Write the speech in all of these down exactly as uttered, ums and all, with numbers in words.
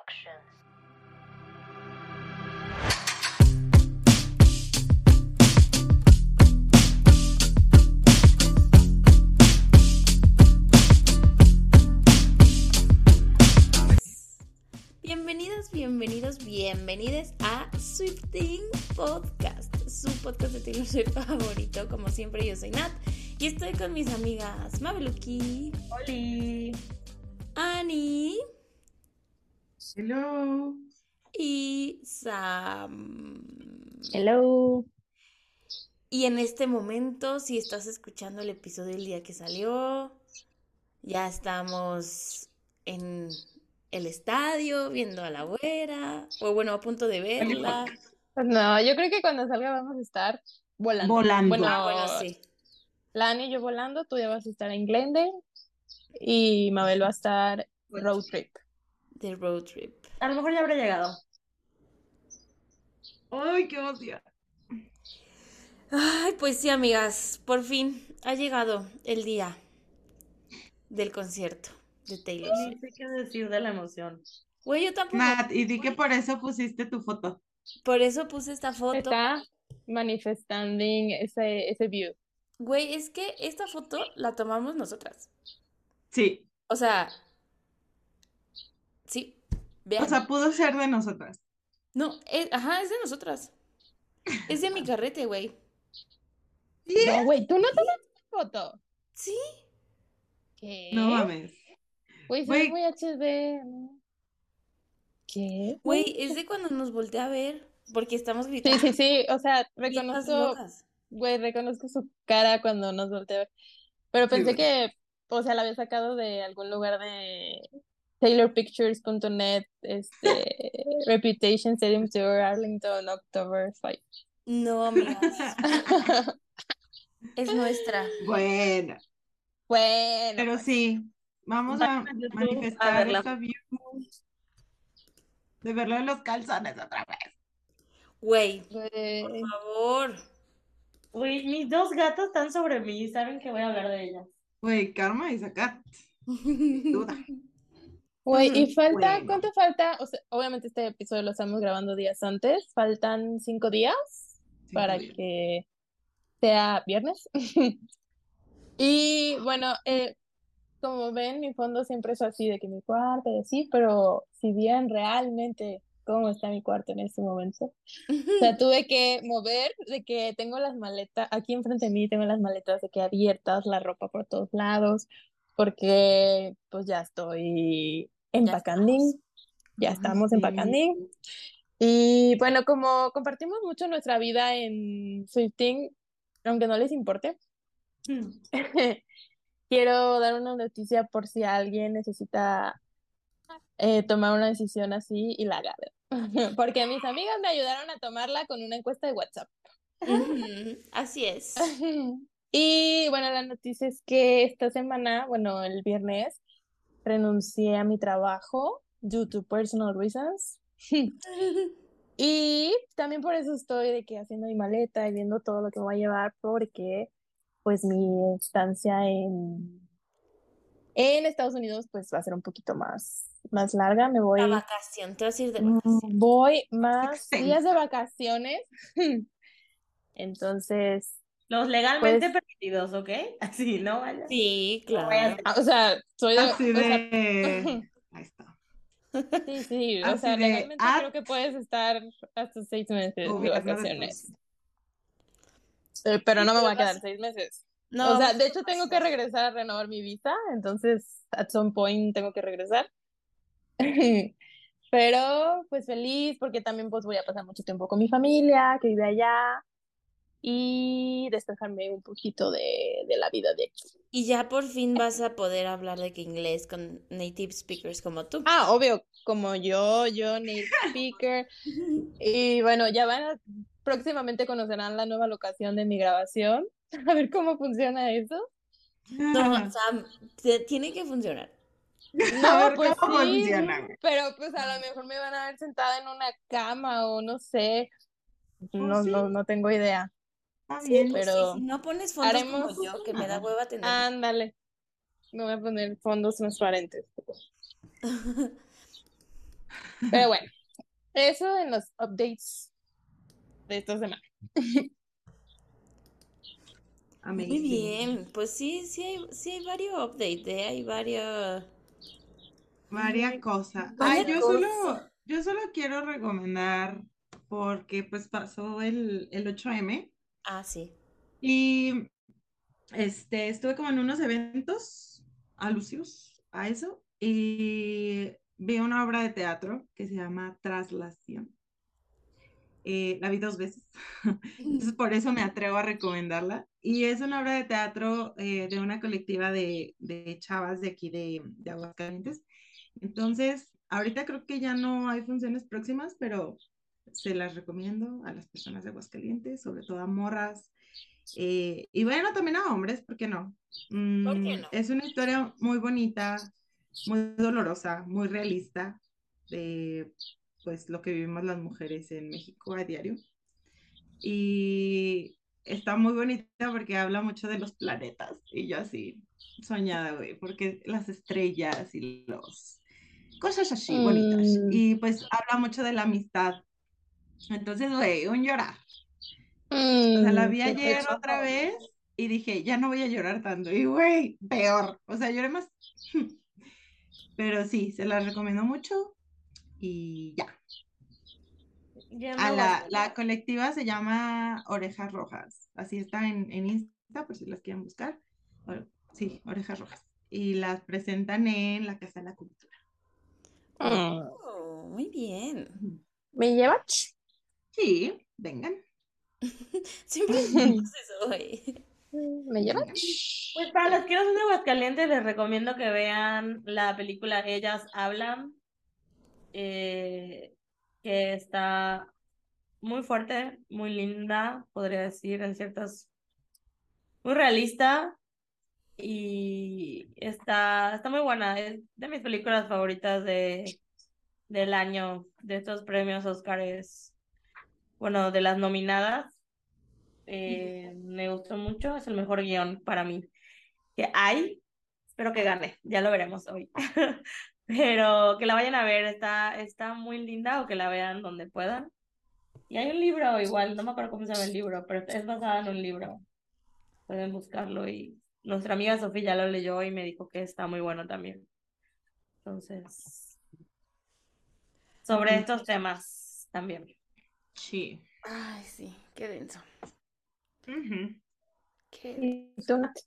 Productions. Bienvenidos, bienvenidos, bienvenidos a Swifting Podcast, su podcast de Taylor Swift favorito. Como siempre, yo soy Nat y estoy con mis amigas Mabeluki, Oli, Ani hello, y Sam. hello. Y en este momento, si estás escuchando el episodio el día que salió, ya estamos en el estadio viendo a la güera, o bueno, a punto de verla. No, yo creo que cuando salga vamos a estar volando. Volando. Bueno, Ah, bueno, sí. Lani y yo volando, tú ya vas a estar en Glendale y Mabel va a estar road trip. The road trip. A lo mejor ya habrá llegado. ¡Ay, qué emoción! Ay, pues sí, amigas, por fin ha llegado el día del concierto de Taylor Ni Swift. sé qué decir de la emoción. Güey, yo tampoco. Nat, y di que por eso pusiste tu foto. Por eso puse esta foto. Está manifestando ese, ese view. Güey, es que esta foto la tomamos nosotras. Sí, O sea, sí, vean. o sea, pudo ser de nosotras. No, es- ajá, es de nosotras. Es de mi carrete, güey. No, güey, tú no tomaste foto. Sí. ¿Qué? No mames. Güey, se ve Güey. muy H D, ¿no? ¿Qué? Güey, es de cuando nos voltea a ver, porque estamos Sí, gritando. sí, sí, o sea, Viejas reconozco, locas. güey, reconozco su cara cuando nos voltea a ver. Pero Sí, pensé güey. que, o sea, la había sacado de algún lugar de taylor pictures punto net, este, Reputation Stadium Tour, Arlington, October cinco. No, amigas, es nuestra. Bueno, Bueno, pero pues, sí, vamos a Vayan a YouTube a manifestar verla. esta view de verlo en los calzones otra vez. Güey, güey. por favor. Uy, mis dos gatos están sobre mí y saben que voy a hablar de ellas. Güey, Karma y Zakat, sin duda. Güey, y falta, Bueno. ¿cuánto falta? O sea, obviamente este episodio lo estamos grabando días antes, faltan cinco días Cinco para días. que sea viernes. Y bueno, eh, como ven, mi fondo siempre es así, de que mi cuarto y así, pero si bien realmente cómo está mi cuarto en este momento, o sea, tuve que mover, de que tengo las maletas, aquí enfrente de mí tengo las maletas de que abiertas, la ropa por todos lados, porque pues ya estoy empacando, ya estamos Sí. empacando. Y bueno, como compartimos mucho nuestra vida en Swifting, aunque no les importe, Hmm. quiero dar una noticia por si alguien necesita eh, tomar una decisión así y la haga. Porque mis amigas me ayudaron a tomarla con una encuesta de WhatsApp. Ujú, así es. Y bueno, la noticia es que esta semana, bueno, el viernes, renuncié a mi trabajo due to personal reasons. Y también por eso estoy de que haciendo mi maleta y viendo todo lo que me voy a llevar, porque pues mi estancia en, en Estados Unidos pues va a ser un poquito más, más larga. Me La voy, vacación, te vas a ir de mm, vacación. voy más extensa. días de vacaciones. Entonces, Los legalmente pues, permitidos, ¿ok? Así, no vaya. Sí, No vaya a claro. ser. ah, o sea, soy de, Así o sea, de... Ahí está. sí, sí, o Así sea, de, legalmente ah, creo que puedes estar hasta seis meses de gobierno de vacaciones. Estados Eh, Pero no me voy a pero quedar vas- seis meses. No, O sea, vas de a hecho tengo que pasar. regresar a renovar mi visa, entonces at some point tengo que regresar. Pero pues feliz porque también pues voy a pasar mucho tiempo con mi familia que vive allá y despejarme un poquito de, de la vida de aquí. Y ya por fin vas a poder hablar de que inglés con native speakers como tú. Ah, obvio, como yo, yo, native speaker. Y bueno, ya van a, próximamente conocerán la nueva locación de mi grabación. A ver cómo funciona eso. No, o sea, te- tiene que funcionar. No, A ver pues cómo sí, funciona, güey. pero pues a lo mejor me van a ver sentada en una cama o no sé, no, sí. no, no tengo idea, Está Sí, bien. pues sí, pero si no pones fondos como haremos, yo, que me da hueva tener. ándale, me voy a poner fondos transparentes. Pero bueno, eso en los updates de esta semana. Muy Amazing. bien, pues sí, sí hay, sí hay varios updates, ¿eh? Hay varios, Varias Muy- cosas. Ay, varias yo cosas. solo, yo solo quiero recomendar porque pues pasó el, el ocho eme Ah, sí. y este, estuve como en unos eventos alusivos a eso y vi una obra de teatro que se llama Traslación. Eh, la vi dos veces, entonces por eso me atrevo a recomendarla. Y es una obra de teatro eh, de una colectiva de, de chavas de aquí de, de Aguascalientes. Entonces, ahorita creo que ya no hay funciones próximas, pero se las recomiendo a las personas de Aguascalientes, sobre todo a morras. Eh, y bueno, también a hombres, ¿por qué no? ¿Por qué Mm, no? es una historia muy bonita, muy dolorosa, muy realista de pues lo que vivimos las mujeres en México a diario. Y está muy bonita porque habla mucho de los planetas. Y yo así, soñada, güey, porque las estrellas y los... Cosas así bonitas. Mm, Y pues habla mucho de la amistad. Entonces, güey, un llorar. O sea, la mm, vi qué ayer pecho. otra vez y dije, ya no voy a llorar tanto. Y, güey, peor. O sea, lloré más. Pero sí, se las recomiendo mucho y ya. Ya A ando la, Aguascalientes. la colectiva se llama Orejas Rojas. Así está en, en Insta, por si las quieren buscar. O- sí, Orejas Rojas. Y las presentan en la Casa de la Cultura. Mm, Oh, muy bien. Ujú. ¿me llevas? Sí, vengan, Siempre decimos eso, güey. ¿Me vengan. llevas? Pues para los que no son de Aguascalientes, les recomiendo que vean la película Ellas Hablan, eh, que está muy fuerte, muy linda, podría decir, en ciertas, muy realista y está, está muy buena. Es de mis películas favoritas de, del año, de estos premios Óscares, bueno, de las nominadas. Eh, me gustó mucho, es el mejor guión para mí que hay. Espero que gane, ya lo veremos hoy. Pero que la vayan a ver, está, está muy linda o que la vean donde puedan. Y hay un libro igual, no me acuerdo cómo se llama el libro, pero es basada en un libro. Pueden buscarlo y nuestra amiga Sofía ya lo leyó y me dijo que está muy bueno también. Entonces, sobre Ujú. estos temas también. Sí. Ay, sí, qué denso. Ujú. Qué denso. ¿Y tú, Nat?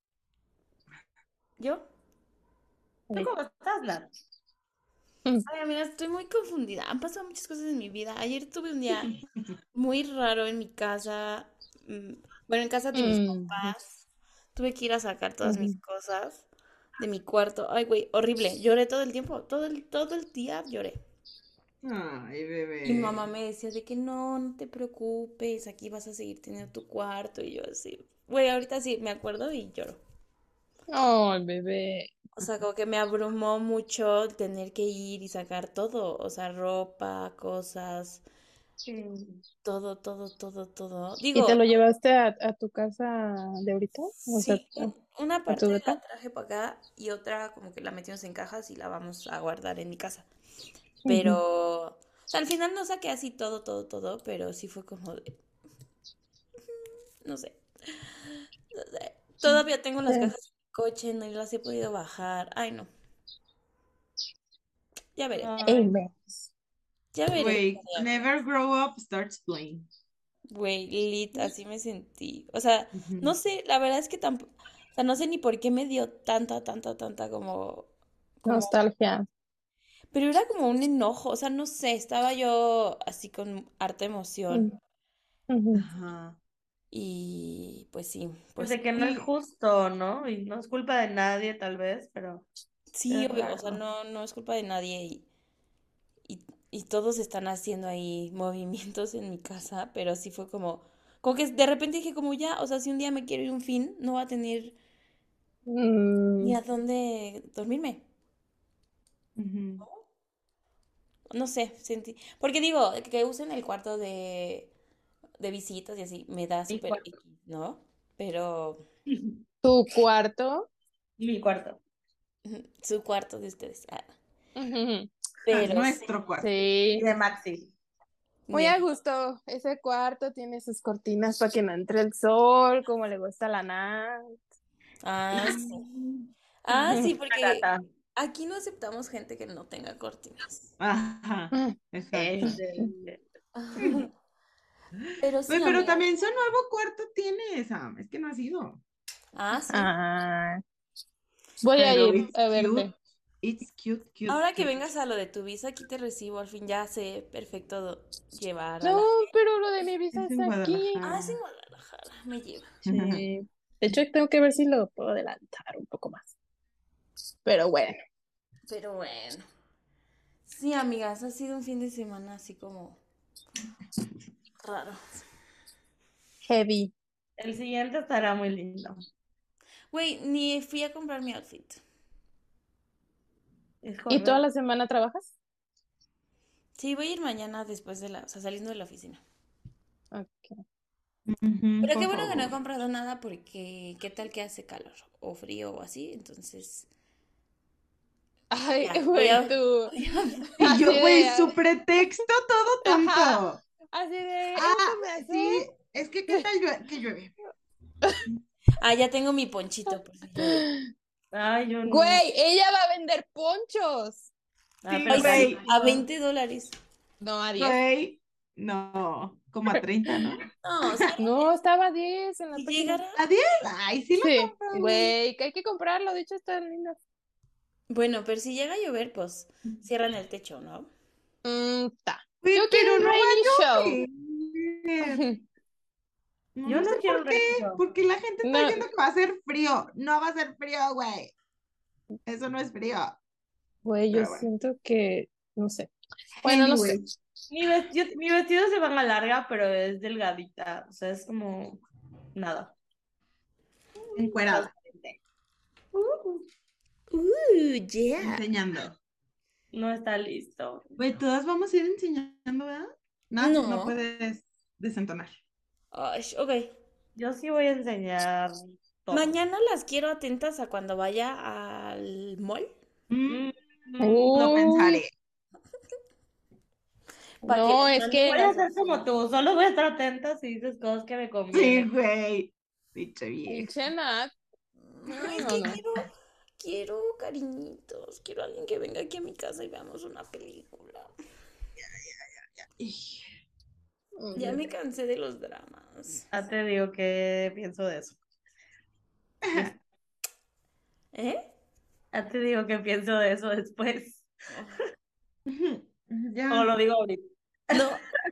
¿Yo? ¿Tú Sí. cómo estás, Nat? Mm, Ay, amiga, estoy muy confundida. Han pasado muchas cosas en mi vida. Ayer tuve un día muy raro en mi casa. mm, Bueno, en casa de mis mm, papás. Tuve que ir a sacar todas mis ujú. cosas de mi cuarto. Ay, güey, horrible. Lloré todo el tiempo. Todo el, todo el día lloré. Ay, Y mi mamá bebé. me decía de que no, no te preocupes, aquí vas a seguir teniendo tu cuarto. Y yo así, güey, ahorita sí me acuerdo y lloro. Ay, bebé. O sea, como que me abrumó mucho tener que ir y sacar todo. O sea, ropa, cosas, Sí. todo, todo, todo, todo. ¿Y Digo, te lo llevaste a, a tu casa de ahorita? O sea, sí, a, un- una a tu parte la depa. traje para acá y otra como que la metimos en cajas y la vamos a guardar en mi casa. Ujú. Pero, o sea, al final no saqué así todo, todo, todo, pero sí fue como de, no sé, no sé. Todavía tengo las Sí. cajas en mi coche, no las he podido bajar. Ay, no, ya veré, Ay, Amen. ya veré, Güey, amiga. never grow up starts playing. Güey, lit, así me sentí. O sea, Ujú. no sé, la verdad es que tampoco, o sea, no sé ni por qué me dio tanta, tanta, tanta como, como, Nostalgia. pero era como un enojo, o sea, no sé, estaba yo así con harta emoción Mm, ujú. Ajá. y pues sí, pues pues de que no es Sí. justo, ¿no? Y no es culpa de nadie, tal vez, pero sí, es obvio, o sea, raro. no, no es culpa de nadie y, y, y todos están haciendo ahí movimientos en mi casa, pero sí fue como, como que de repente dije como ya, o sea, si un día me quiero ir a un fin, no va a tener ni Mm, a dónde dormirme. Ujú. No sé, sentí. Porque digo, que usen el cuarto de, de visitas y así, me da Mi súper cuarto. X, ¿no? Pero tu cuarto. Mi cuarto. ujú, su cuarto de ustedes. Ah. Ujú. Pero nuestro cuarto. Y Sí, de Maxi. muy a gusto. Ese cuarto tiene sus cortinas para que no entre el sol, como le gusta a la Nat. Ah, sí. Mm. Ah, sí, Una porque gata. aquí no aceptamos gente que no tenga cortinas. Ajá, Mm. exacto. Este, Pero sí, Oye, pero amigas. también su nuevo cuarto tiene, Sam. Es que no ha sido. Ah, sí. Ah, voy a Pero ir it's a cute. verte. It's cute, cute, Ahora que cute. vengas a lo de tu visa, aquí te recibo. Al fin ya sé perfecto do- llevar a No, la... pero lo de mi visa Es es en aquí. Ah, es en Guadalajara. Guadalajara. Me lleva. Sí. De hecho, tengo que ver si lo puedo adelantar un poco más. Pero bueno, Pero bueno. Sí, amigas, ha sido un fin de semana así como raro. heavy. el siguiente estará muy lindo. Güey, ni fui a comprar mi outfit. Es ¿Y toda correcto. la semana trabajas? Sí, voy a ir mañana después de la, o sea, saliendo de la oficina. Ok. Ujú, Pero qué por bueno que no he favor. comprado nada porque qué tal que hace calor o frío o así, entonces Ay, ya, voy a, güey, tú. voy a- Y Así yo, güey, de. su pretexto todo Ajá. tonto. Así de. Ah, Esto me hace. sí, es que ¿qué tal llue- que llueve? Ah, ya tengo mi ponchito por si llueve. Ay, yo no. Güey, ella va a vender ponchos. Ah, Sí, pero Ay, sí, güey, a carísimo. veinte dólares. No, a diez. güey. No, como a treinta, ¿no? No, si, No, estaba a diez en la si página. llegara. ¿A diez? Ay, sí la Sí, compro, güey. güey, que hay que comprarlo. De hecho, está lindo. Bueno, pero si llega a llover, pues cierran el techo, ¿no? Mm, ta. Güey, Yo quiero pero un no rainy va a show. llover. No, Yo no no sé quiero por un qué, registro. porque la gente está No, diciendo que va a ser frío. No va a ser frío, güey. Eso no es frío. güey, yo Pero bueno. siento que, no sé. Bueno, no sé. Anyway. Mi vestido, mi vestido se va a larga, pero es delgadita. O sea, es como nada. Encuerada, Uh, yeah. enseñando. No está listo. Güey, todas vamos a ir enseñando, ¿verdad? No, no No. puedes desentonar. Ay, ok. Yo sí voy a enseñar todo. Mañana las quiero atentas a cuando vaya al mall. Mm, Mm, lo Uy, pensaré. Pa' que no, les es mande que voy a las hacer como opciones. tú. Solo voy a estar atenta si dices cosas que me Sí, convienen. güey. Dicho vieja. pinche Nat. No, es No, que no. quiero, quiero cariñitos. Quiero alguien que venga aquí a mi casa y veamos una película. Ya me cansé de los dramas. Ya te digo que pienso de eso. ¿Eh? Ya te digo que pienso de eso después. Ya. O lo digo ahorita. No.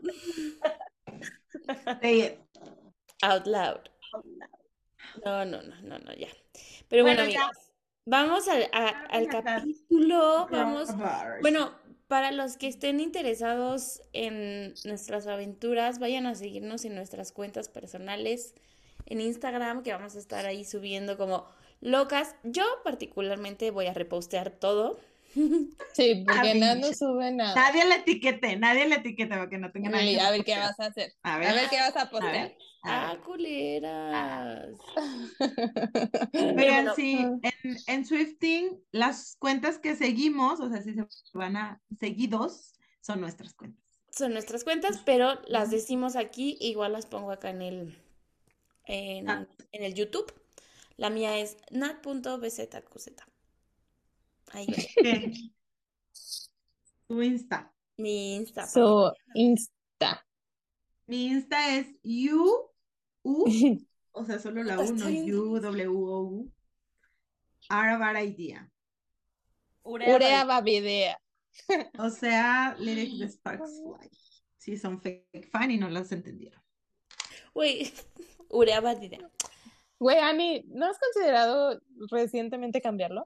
Say it. Out loud. No, no, no, no, no, ya. Pero bueno, Bueno, ya. amigas, vamos al, a- al Ya está. capítulo. Vamos. Coronavirus. Bueno, para los que estén interesados en nuestras aventuras, vayan a seguirnos en nuestras cuentas personales en Instagram, que vamos a estar ahí subiendo como locas. Yo particularmente voy a repostear todo. Sí, porque Ah, Nat no pinche. sube nada. Nadie le etiquete, nadie le etiquete para que no tenga nada Y que a ver qué repostear. vas a hacer. A A ver, ver qué vas a a postear. ver, a Ah, ver. culeras. Oigan, bueno. sí, en, en Swifting, las cuentas que seguimos, o sea, si se van a seguidos, son nuestras cuentas. Son nuestras cuentas, pero las decimos aquí, igual las pongo acá en el, en, Ah. en el YouTube. La mía es nat.bzqz. Ahí va. ¿Qué? Tu Insta. Mi Insta. para que So, vayan a ver. Insta. Mi Insta es U, U, o sea, solo la Puta, U, no está bien U, W, O, U. Araba Idea. Urea, Urea Babidea. O sea, Lyric the Sparks Fly. Sí, son fake fan y no las entendieron. Güey, Urea Badida. Güey, Ani, ¿no has considerado recientemente cambiarlo?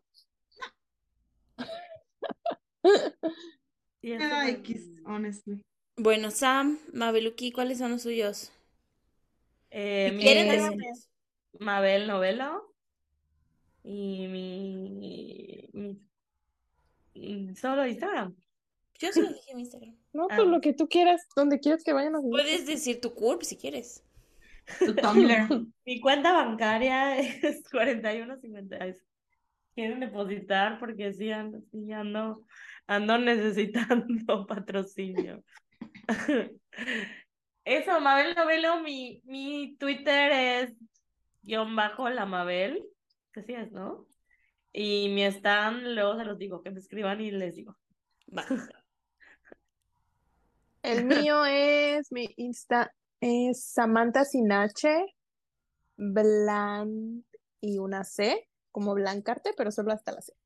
y es Me da súper- X, honestly. Bueno, Sam, Mabeluki, ¿cuáles son los suyos? Eh, Si mi quieren Instagram decirlos. es Mabel Novelo. Y mi, mi- mi- solo Instagram. Yo se los dije en mi Instagram. No, Ah. pues lo que tú quieras, donde quieras que vayan a vivir. Puedes decir tu curp si quieres. Tu Tumblr. Mi cuenta bancaria es cuarenta y uno cincuenta y seis. quieren depositar porque sí ando, sí ando, ando necesitando patrocinio. Eso, Mabel Novelo, mi, mi Twitter es guión bajo la Mabel, que sí es, ¿no? Y mi stand, luego se los digo, que me escriban y les digo. Va. El mío es, mi Insta es Samantha sin H, Blan y una C, como Blancarte, pero solo hasta la C.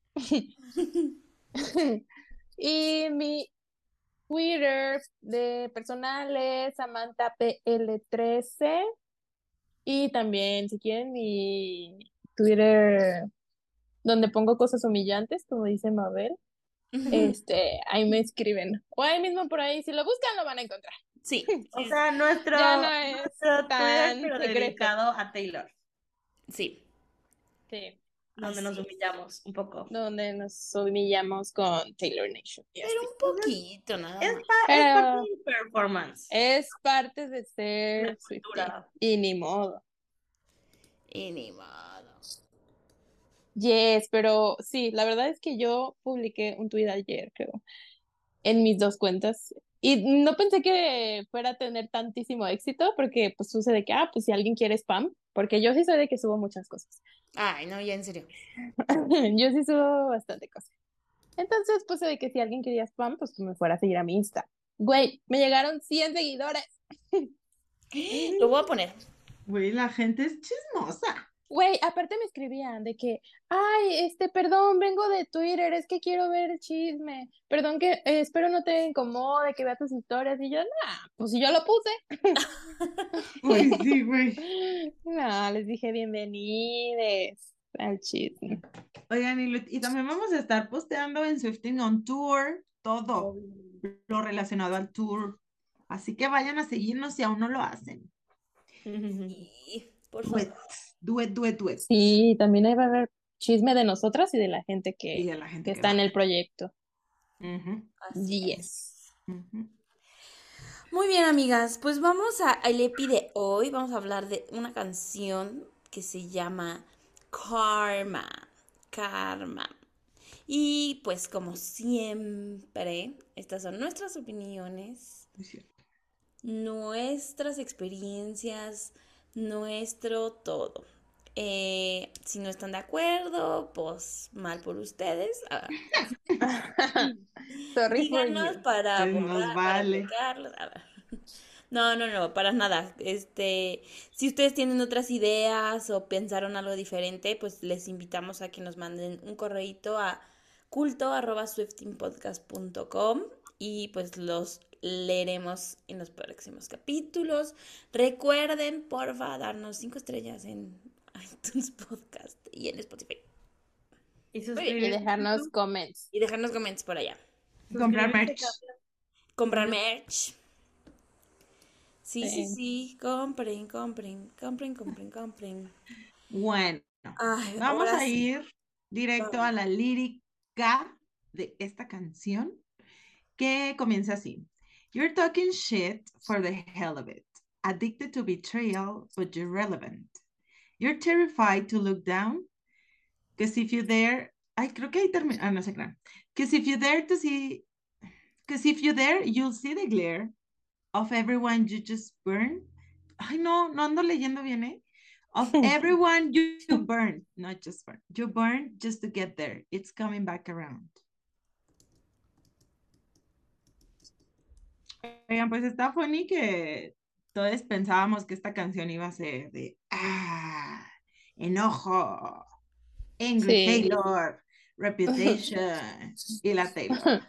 Y mi Twitter de personal es Samantha P L trece. Y también, si quieren, mi Twitter donde pongo cosas humillantes, como dice Mabel, este, ahí me escriben. O ahí mismo por ahí, si lo buscan, lo van a encontrar. Sí, O sí, sea, nuestro, Ya no es nuestro Twitter, tan pero secreto. dedicado a Taylor, sí. Sí, donde nos Así es. humillamos un poco. donde nos humillamos con Taylor Nation. y Pero así. un poquito, nada Es, más. pa- es parte Pero del performance, es parte de la ser Swiftie. cultura. Y ni modo. Y ni modo. Yes, pero sí, la verdad es que yo publiqué un tweet ayer, creo, en mis dos cuentas. Y no pensé que fuera a tener tantísimo éxito, porque pues sucede que, ah, pues si alguien quiere spam, porque yo sí soy de que subo muchas cosas. Ay, no, ya en serio. Yo sí subo bastante cosas. Entonces puse de que si alguien quería spam, pues que me fuera a seguir a mi Insta. Güey, me llegaron cien seguidores. Lo voy a poner. Güey, la gente es chismosa. Güey, aparte me escribían de que, ay, este, perdón, vengo de Twitter, es que quiero ver el chisme. Perdón que, eh, espero no te incomode que vea tus historias. Y yo, nah, pues si yo lo puse. Uy, sí, güey. No, les dije bienvenides al chisme. Oigan, y, lo- y también vamos a estar posteando en Swifting on Tour todo lo relacionado al tour. Así que vayan a seguirnos si aún no lo hacen. Sí, por Duet, favor. duet, duet, duet. Sí, también ahí va a haber chisme de nosotras y de la gente Y que, de la gente que que está en va. el proyecto. Ujú, Así es. Yes. ujú. Muy bien, amigas, pues vamos a, al E P I de hoy. Vamos a hablar de una canción que se llama Karma. Karma. Y pues como siempre, estas son nuestras opiniones, Es cierto. nuestras experiencias, nuestro todo. Eh, si no están de acuerdo, pues mal por ustedes. Ah, Sorry for díganos you. para Pues nos borrar, para vale. bloquearlos. A ver. No, no, no, para nada. Este, si ustedes tienen otras ideas o pensaron algo diferente, pues les invitamos a que nos manden un correíto a culto arroba swiftingpodcast punto com y pues los leeremos en los próximos capítulos. Recuerden, porfa, darnos cinco estrellas en iTunes Podcast y en Spotify. Y Y suscribirse. dejarnos comments. Y dejarnos comments por allá. Comprar suscribirse, merch. Carla. Comprar Ujú. merch. Sí, sí, Sí. sí. Compren, compren, compren, compren, compren. Bueno, Ay, vamos ahora a sí. ir directo Vamos. a la lírica de esta canción que comienza así. You're talking shit for the hell of it. Addicted to betrayal, but you're relevant. You're terrified to look down. Because if you dare, ay, creo que ahí termina, ah, no sé, crean. Because if you dare to see, because if you dare, you'll see the glare of everyone you just burn. Ay, no, no ando leyendo bien, ¿eh? Of everyone you, you burn, not just burn. You burn just to get there. It's coming back around. Oigan, pues está funny que todos pensábamos que esta canción iba a ser de ah, enojo, Angry Sí. Taylor, Reputation y la Taylor.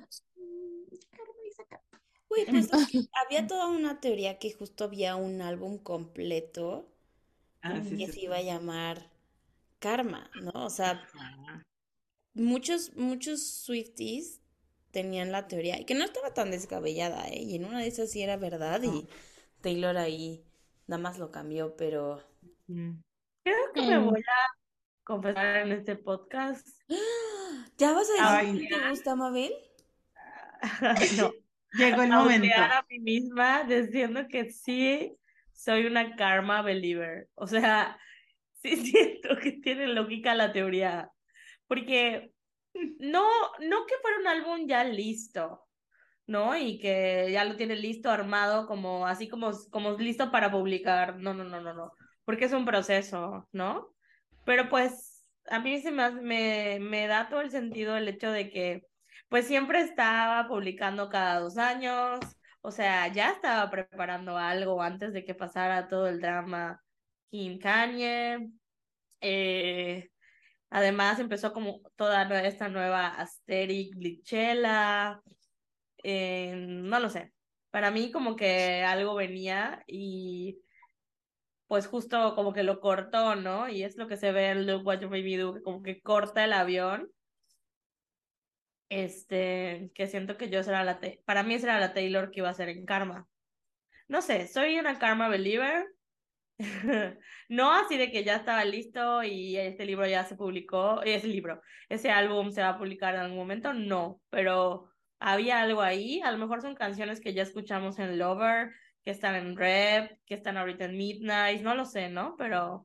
Uy, pues es que había toda una teoría que justo había un álbum completo Ah, sí, que sí. se iba a llamar Karma, ¿no? O sea, Ajá. muchos, muchos Swifties tenían la teoría, y que no estaba tan descabellada, ¿eh? Y en una de esas sí era verdad, y Taylor ahí nada más lo cambió, pero... Mm. Creo que me Mm. voy a confesar en este podcast. ¿Ya vas a decir Ay, que te gusta, Mabel? No, llegó el a momento. odiar a mí misma diciendo que sí soy una karma believer. O sea, sí siento que tiene lógica la teoría. porque no, no que fuera un álbum ya listo, ¿no? Y que ya lo tiene listo, armado, como así como, como listo para publicar. No, no, no, no, no. Porque es un proceso, ¿no? Pero pues a mí se me, hace- me, me da todo el sentido el hecho de que pues siempre estaba publicando cada dos años, o sea, ya estaba preparando algo antes de que pasara todo el drama Kim Kanye. Eh, Además empezó como toda nue- esta nueva Asterix, Glitchella, eh, no lo sé. Para mí como que algo venía y pues justo como que lo cortó, ¿no? Y es lo que se ve en Look What You Made Me Do, que como que corta el avión. Este, que siento que yo será la, Ta- para mí será la Taylor que iba a ser en Karma. No sé, soy una Karma believer. No así de que ya estaba listo y este libro ya se publicó, ese libro, ese álbum se va a publicar en algún momento, no, pero había algo ahí, a lo mejor son canciones que ya escuchamos en Lover, que están en Rep, que están ahorita en Midnight, no lo sé, ¿no? Pero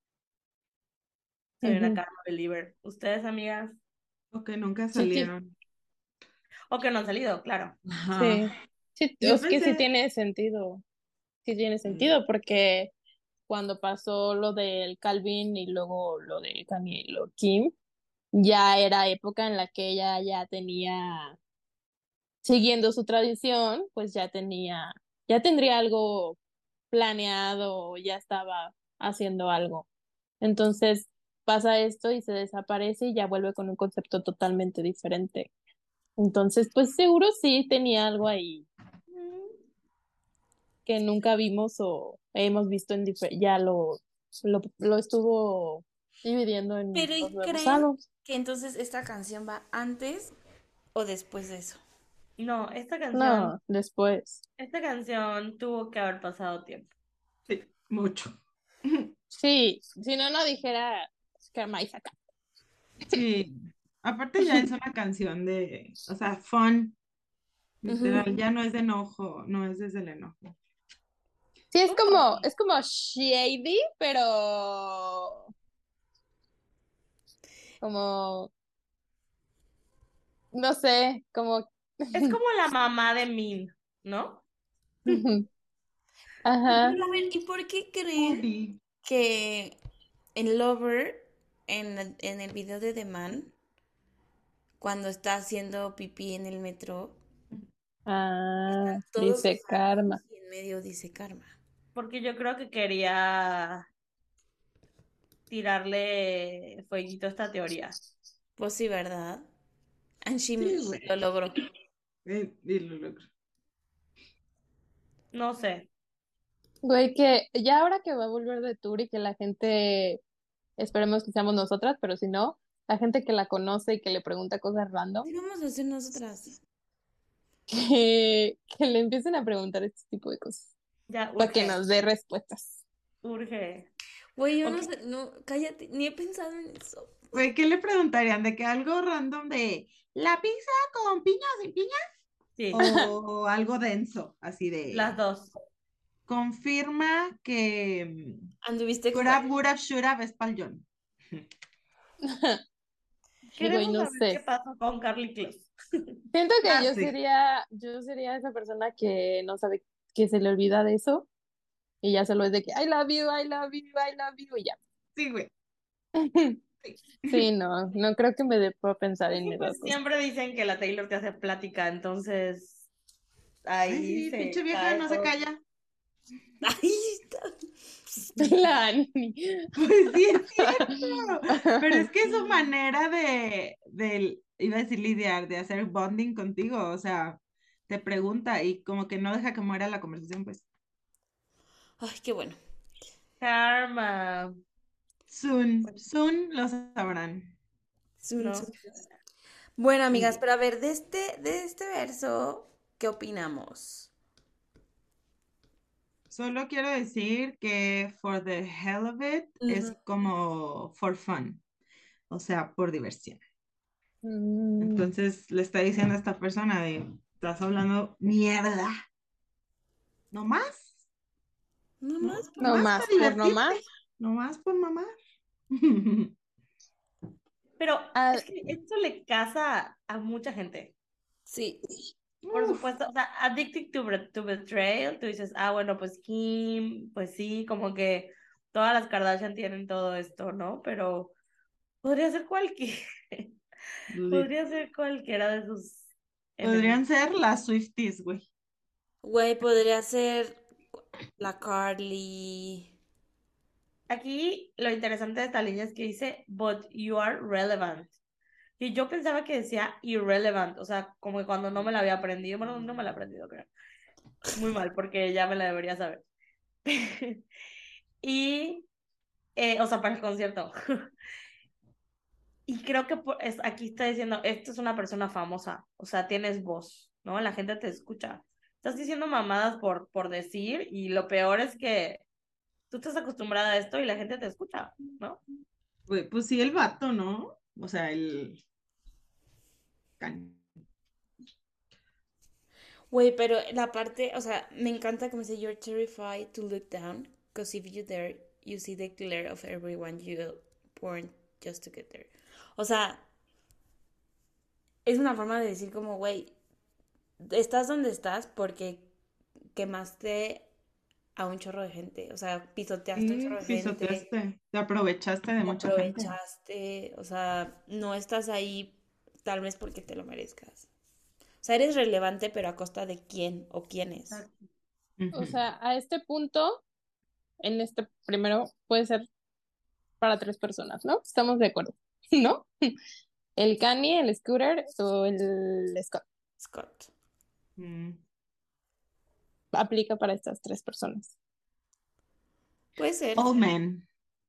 soy una Ujú. Karma believer. ¿Ustedes, amigas? O que nunca Sí, que, salieron. O que no han salido, claro. Ajá. sí, sí, Yo es que sí pensé, tiene sentido, sí tiene mm, sentido, porque cuando pasó lo del Calvin y luego lo de Kanye y lo Kim, ya era época en la que ella ya tenía, siguiendo su tradición, pues ya tenía, ya tendría algo planeado, ya estaba haciendo algo. Entonces pasa esto y se desaparece y ya vuelve con un concepto totalmente diferente. Entonces, pues seguro sí tenía algo ahí que nunca vimos o hemos visto en difer- ya lo, lo, lo estuvo dividiendo en Pero los ¿y nuevos creen álbumes. que entonces esta canción va antes o después de eso? No, esta canción, No, después. esta canción tuvo que haber pasado tiempo. sí, mucho. Sí, si no, no dijera Karma Isaka. Sí, aparte ya es una canción de, o sea, fun, Ujú. literal, ya no es de enojo, no es desde el enojo. Sí, es Ok. como, es como shady, pero como, no sé, como, Es como la mamá de Min, ¿no? ajá, Pero a ver, ¿y por qué creen Ubi. que en Lover, en, el- en el video de The Man, cuando está haciendo pipí en el metro, ah, están todos sus dice Karma. amigos y en medio dice Karma? Porque yo creo que quería tirarle fueguito a esta teoría. Pues sí, ¿verdad? And she Sí, lo güey. logró. Eh, y lo logró. No sé. Güey, que ya ahora que va a volver de tour y que la gente, esperemos que seamos nosotras, pero si no, la gente que la conoce y que le pregunta cosas random, ¿Qué vamos a hacer nosotras? que, que le empiecen a preguntar este tipo de cosas, Ya para que urge, nos dé respuestas. urge. Güey, yo no Ok. sé, no, cállate, ni he pensado en eso. Güey, ¿qué le preguntarían? ¿De que algo random de la pizza con piña o sin piña? Sí, ¿O algo denso? Así las de, dos. confirma que ¿Anduviste con could have, Carlos? would have, should have es pa'l John. Y güey, Queremos no saber qué sé. pasó con Carly Close. Siento que Ah, yo sí. sería, yo sería esa persona que no sabe, que se le olvida de eso y ya solo es de que I love you, I love you, I love you y ya. Sí, güey. Sí. Sí, no, no creo que me dé por pensar Es en que esas pues cosas. siempre dicen que la Taylor te hace plática, entonces Ay, ahí sí, pinche se vieja cae no se todo. calla. Ahí está. La Ani. Pues sí, es cierto. Pero es que su manera de, de, iba a decir lidiar, de hacer bonding contigo, o sea, te pregunta y como que no deja que muera la conversación, pues. Ay, qué bueno. Karma. Soon, Pues soon lo sabrán. Zun, no zun. sé. Bueno, amigas, Sí. pero a ver, de este, de este verso, ¿qué opinamos? Solo quiero decir que for the hell of it Ujú. es como for fun, o sea, por diversión. Mm, Entonces le está diciendo a esta persona de, estás hablando mierda, no más, No ¿no? más, por no Nomás más. más para por no divertirte, más. nomás por mamá. Pero Ah, es que esto le casa a mucha gente. Sí. Por Uf, supuesto, o sea, Addicted to, Be- to Betrayal, tú dices, ah, bueno, pues Kim, pues sí, como que todas las Kardashian tienen todo esto, ¿no? Pero podría ser cualquiera, lit. podría ser cualquiera de sus Podrían enemigos. ser las Swifties, güey. Güey, podría ser la Carly. Aquí lo interesante de esta línea es que dice, but you are relevant. Y yo pensaba que decía irrelevant, o sea, como que cuando no me la había aprendido, bueno, no me la he aprendido, creo. Muy mal, porque ya me la debería saber. Y, eh, o sea, para el concierto. Y creo que por- es, aquí está diciendo, esto es una persona famosa, o sea, tienes voz, ¿no? La gente te escucha. Estás diciendo mamadas por, por decir y lo peor es que tú estás acostumbrada a esto y la gente te escucha, ¿no? Güey, pues sí, el vato, ¿no? O sea, el... can- Güey, pero la parte, o sea, me encanta como dice, you're terrified to look down, because if you dare, you see the glare of everyone you born just to get there. O sea, es una forma de decir como, güey, estás donde estás porque quemaste a un chorro de gente, o sea, pisoteaste a un Sí, chorro de gente, pisoteaste, te aprovechaste de te mucha gente. aprovechaste, o sea, no estás ahí tal vez porque te lo merezcas. O sea, eres relevante, pero a costa de quién o quiénes. o Ujú. sea, a este punto, en este primero, puede ser para tres personas, ¿no? Estamos de acuerdo, ¿no? El Kanye, el Scooter o el Scott. Scott. Mm. Aplica para estas tres personas. Puede ser. All men,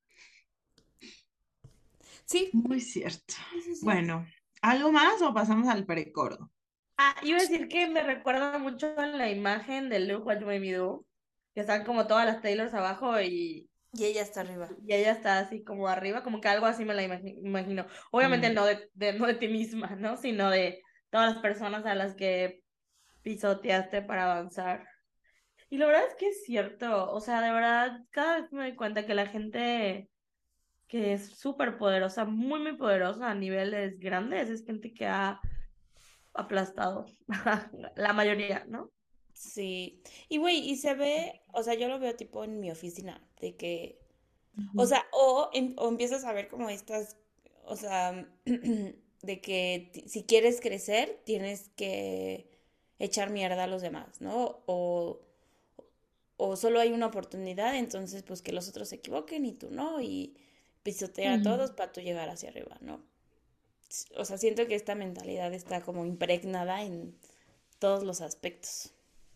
Sí, muy cierto. sí, sí, sí. Bueno, ¿algo más o pasamos al precoro? Ah, iba a decir que me recuerda mucho a la imagen de Look What You Made Me Do, que están como todas las Taylors abajo y, Y ella está arriba. y ella está así como arriba, como que algo así me la imagi- imagino. Obviamente Mm. no de, de- no de ti misma, ¿no? Sino de todas las personas a las que pisoteaste para avanzar. Y la verdad es que es cierto, o sea, de verdad, cada vez me doy cuenta que la gente que es súper poderosa, muy, muy poderosa a niveles grandes, es gente que ha aplastado, la mayoría, ¿no? Sí. Y güey, y se ve, o sea, yo lo veo tipo en mi oficina, de que, o Ujú. sea, o, em- o empiezas a ver como estas, o sea, de que ti- si quieres crecer, tienes que echar mierda a los demás, ¿no? O, o solo hay una oportunidad, entonces pues que los otros se equivoquen y tú no, y pisotear a todos Mm. para tú llegar hacia arriba, ¿no? O sea, siento que esta mentalidad está como impregnada en todos los aspectos.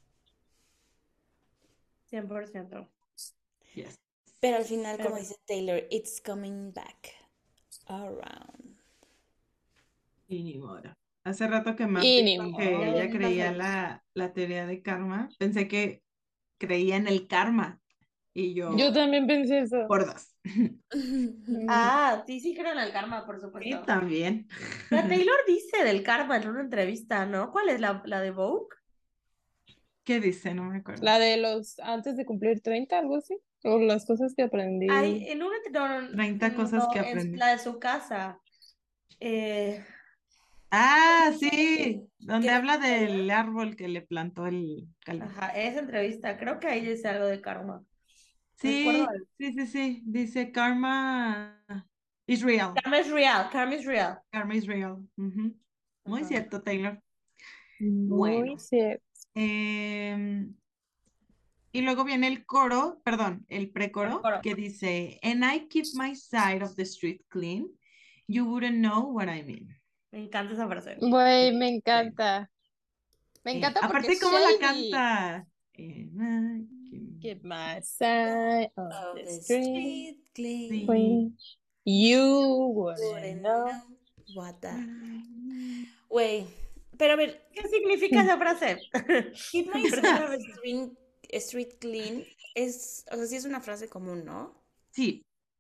cien por ciento. Yes. Pero al final, Pero como bueno, dice Taylor, it's coming back around. Y ni modo. Hace rato que Matt Y ni dijo que ya modo. ella bien creía pasadito. la, la teoría de karma, pensé que creía en el karma y Yo yo, también pensé eso. por dos. Mm, Ah, sí, sí creo en el karma, por Sí, supuesto. también. La Taylor dice del karma en una entrevista, ¿no? ¿Cuál es la, la de Vogue? ¿Qué dice? No me acuerdo. La de los antes de cumplir treinta, algo así. O las cosas que Ay, aprendí. en una, no, Treinta no, cosas que no, en aprendí. la de su casa. Eh, Ah, Eh, sí, ¿Qué donde era habla contadora? del árbol que le plantó el calvo. ajá, esa entrevista, creo que ahí dice algo de karma. Recuerdo Sí, algo. sí, sí, sí, dice karma is real. Karma es real, karma es real. Karma is real. Ujú. Muy Ajá. cierto, Taylor. Muy Bueno, cierto. em, y luego viene el coro, perdón, el El precoro, coro. que dice, And I keep my side of the street clean, you wouldn't know what I mean. Me encanta esa frase. Güey, Sí, me sí. encanta. Me Eh, encanta porque aparte, es ¿cómo la shady. canta? And I keep- Keep my side of Of the the street street clean. Sí. clean. You wouldn't Wouldn't know. know what the... Güey, pero a ver, ¿Qué significa esa frase? keep my side of ¿Verdad? the street, street clean es, o sea, sí es una frase común, ¿no? Sí.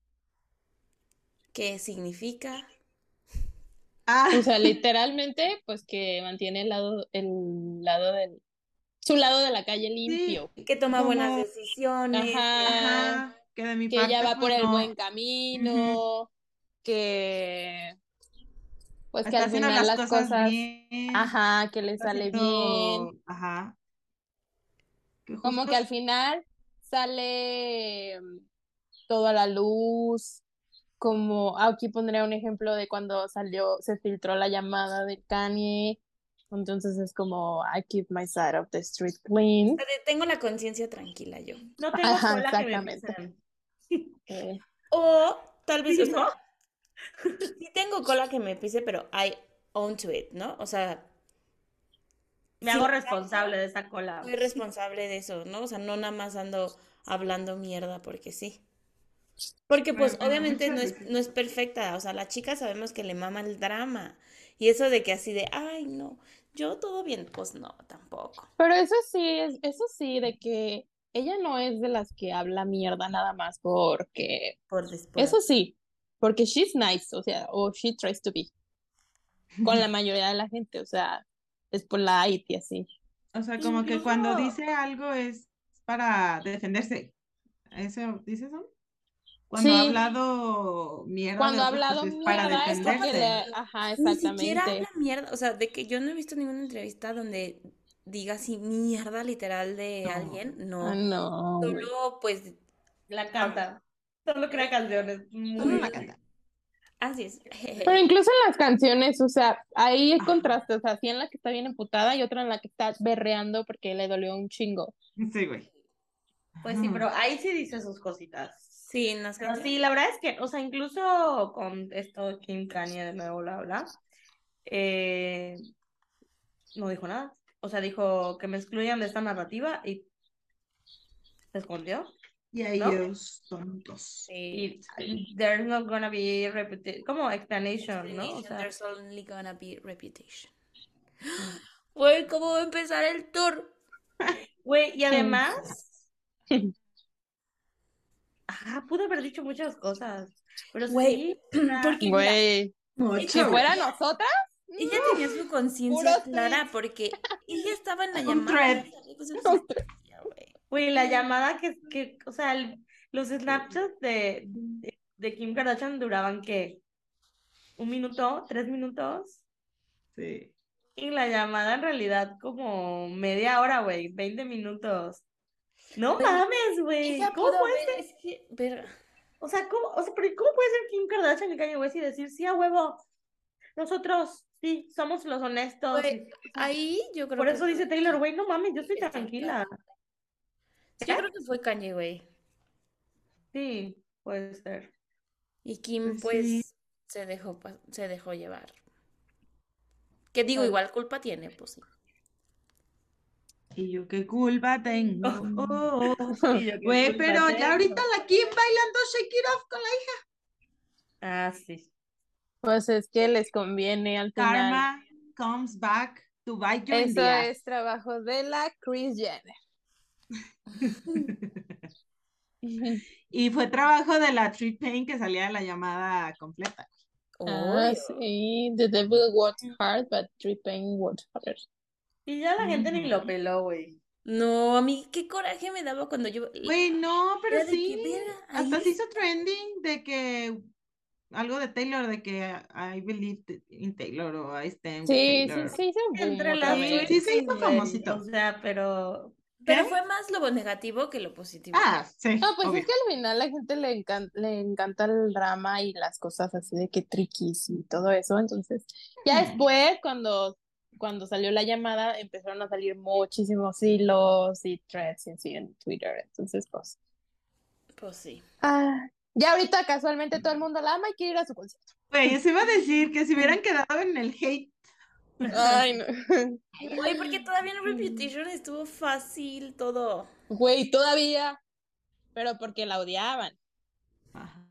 ¿Qué significa? Ah, O sea, literalmente, pues que mantiene el lado, el lado del, su lado de la calle sí, limpio. Que toma buenas como, decisiones, que... Ajá, ajá, que de mi que ella parte, va por pues el buen no. Ujú. camino, que pues que Está al haciendo final las las cosas cosas, bien, ajá, que le está sale bien, haciendo, ajá, que como justo, que al final sale mm, todo a la luz, como aquí pondría un ejemplo de cuando salió, se filtró la llamada de Kanye, entonces es como I keep my side of the street clean. Tengo la conciencia tranquila yo. No tengo Ajá, cola que me exactamente. pisen. Eh, O tal vez, o ¿Sí, sea, no? sí tengo cola que me pise, pero I own to it, ¿no? O sea, Me si hago la responsable de esa cola. soy responsable de eso, ¿no? O sea, no nada más ando hablando mierda porque sí. Porque pues bueno, obviamente muchas no es, veces. no es perfecta, o sea, la chica sabemos que le mama el drama. Y eso de que así de, ay, no, yo todo bien, pues no, tampoco. Pero eso sí, es, eso sí, de que ella no es de las que habla mierda nada más porque, Por después. eso sí, porque she's nice, o sea, o she tries to be, con la mayoría de la gente, o sea, es polite y así. O sea, como que Incluso, cuando dice algo es para defenderse. ¿Eso dices eso? Cuando ha Sí, hablado mierda de cuando ha otros, pues hablado es para mierda es porque defenderse. le, ajá, Ni siquiera habla exactamente. mierda, o sea, de que yo no he visto ninguna entrevista donde diga así mierda literal de No, alguien, Ah, no. no, güey. Solo pues la habla. canta. Solo crea canciones. solo la Muy. canta. Así es. Pero incluso en las canciones, o sea, ahí hay Ajá. contrastes, o sea, sí en la que está bien emputada y otra en la que está berreando porque le dolió un chingo. Sí, güey. Pues sí, pero Ajá. ahí sí dice sus cositas. Sí, en las Pero canciones. sí, la verdad es que, o sea, incluso con esto Kim Kanye de nuevo, bla, bla, eh, no dijo nada. O sea, dijo que me excluyan de esta narrativa y se escondió, Y a ¿no? ellos tontos. Sí. Y there's not gonna be reputation, como explanation, ¿no? O Explanation, sea, there's only gonna be reputation. mm. Güey, ¿cómo va a empezar el tour? Güey, y además, ah, pude haber dicho muchas cosas, pero Güey, sí, o sea, porque mira, Güey, si Mucho, güey. fuera nosotras, ella no, tenía su conciencia puros clara tweets. porque ella estaba en la Un llamada. thread. Ella sabía que se existía, güey. güey, la llamada que, que o sea, el- los Snapchats de, de, de Kim Kardashian duraban, ¿qué? ¿Un minuto? ¿Tres minutos? Sí. Y la llamada en realidad como media hora, güey, veinte minutos. No Güey, mames, güey, ella ¿cómo pudo puede ver, ser? es que, verga. O sea, ¿cómo, o sea, pero ¿cómo puede ser Kim Kardashian y Kanye West y decir, sí, a huevo, nosotros, sí, somos los honestos? Güey, Y, o sea, ahí yo creo por que eso fue dice Taylor, güey, no mames, yo estoy el tranquila. sarcasmo. Yo ¿Qué? creo que fue Kanye, güey. Sí, puede ser. Y Kim, Pues sí. pues, se dejó, pa- se dejó llevar. Que digo, Tal- igual culpa tiene, pues sí. Y yo qué culpa tengo. Oh, oh, oh, y yo qué Güey, culpa pero ya ahorita tengo. la Kim bailando Shake It Off con la hija. Ah, sí. Pues es que les conviene al final. Karma comes back to bite you in Eso the es ass. trabajo de la Kris Jenner. Y fue trabajo de la Tree Pain que salía la llamada completa. Ah, Obvio. sí, The Devil Works Hard, but Tripping Works Hard. Y ya la gente ni lo Ujú. peló, güey. No, a mí qué coraje me daba cuando yo... Güey, no, pero Era de sí. que, verga, ahí Hasta se es... hizo trending de que algo de Taylor, de que I believe in Taylor o I stand with Sí, sí, Taylor. sí, hizo boom Entre otra las Sí, vez. sí se Swifties, hizo güey. O famosito. sea, pero. Pero ¿Qué? fue más lo negativo que lo positivo. Ah, sí, No, pues obvio. es que al final la gente le encanta, le encanta el drama y las cosas así de que triquis y todo eso. Entonces, ya Hmm. después, cuando, cuando salió la llamada, empezaron a salir muchísimos hilos y threads y así en Twitter. Entonces, pues. Pues sí. Ah, ya ahorita casualmente todo el mundo la ama y quiere ir a su concierto. Güey, eso iba a decir que si hubieran quedado en el hate. Ay, no. Güey, porque todavía en Reputation estuvo fácil todo. Güey, todavía, pero porque la odiaban. Ajá.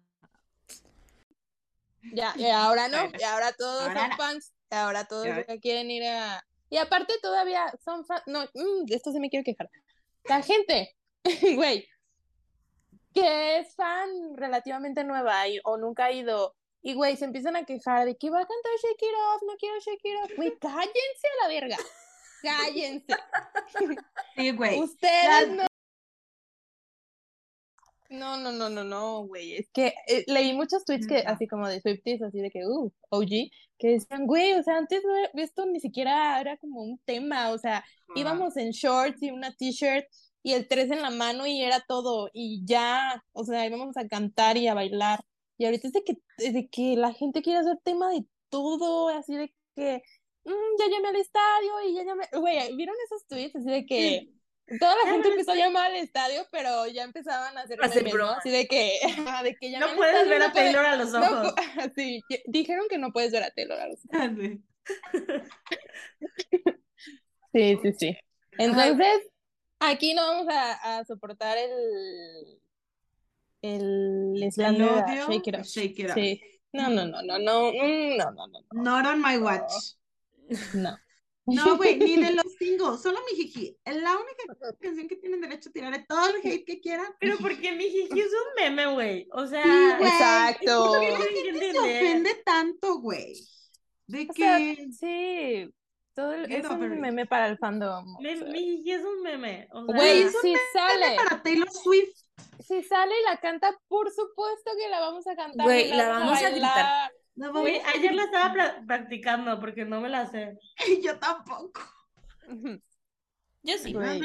Ya, y ahora no, Bueno, y ahora todos ahora son no. fans, y ahora todos Ya. ya quieren ir a... Y aparte todavía son fans, no, mm, de esto sí me quiero quejar. La gente, güey, que es fan relativamente nueva y, o nunca ha ido, y güey, se empiezan a quejar de que va a cantar Shake It Off, no quiero Shake It Off. Güey, cállense a la verga, cállense. Sí, güey. Ustedes Las- no No, no, no, no, no, güey. Es que eh, leí muchos tweets que, Neta. así como de Swifties, así de que, uh, O G, que decían, güey, o sea, antes no era- esto ni siquiera era como un tema, o sea, Ah, íbamos en shorts y una t-shirt y el tres en la mano y era todo, y ya, o sea, íbamos a cantar y a bailar. Y ahorita es de que, de que la gente quiere hacer tema de todo, así de que, "Mm, ya llamé al estadio y ya llamé", güey, ¿vieron esos tweets? Así de que toda la Ya gente me empezó a estoy- llamar al estadio, pero ya empezaban a hacer Hacer memes, ¿no? bromas. Así de que, de que llamé No al puedes estadio y ver no a puede, Taylor a los no, ojos. pu- sí, que- dijeron que no puedes ver a Taylor a los ojos. ah, sí. Sí, sí, sí. Ay, Entonces, aquí no vamos a, a soportar el, el El slam de la odio, Shake It Off. shake it off. Sí. No, no, no, no, no, mm, no, no, no, no, Not on my no, watch. no. No, güey, ni de los singles, solo mi jiji. La única canción que tienen derecho a tirarle todo el hate que quieran. Pero porque mi jiji es un meme, güey. O Sí, sea, güey. Exacto. ¿Por qué la tienen que gente se entender. ofende tanto, güey? De O sea, que sí, todo el- Get es over un it. meme para el fandom. O Mi, sea. mi jiji es un meme. O Güey, Güey, sea, es un si meme sale, para Taylor Swift. si sale y la canta, por supuesto que la vamos a cantar, güey, Güey, la la vamos a vamos a gritar. bailar. No güey, vamos a ayer la estaba gritar. pra- practicando porque no me la sé. Y yo tampoco. Yo sí. Güey.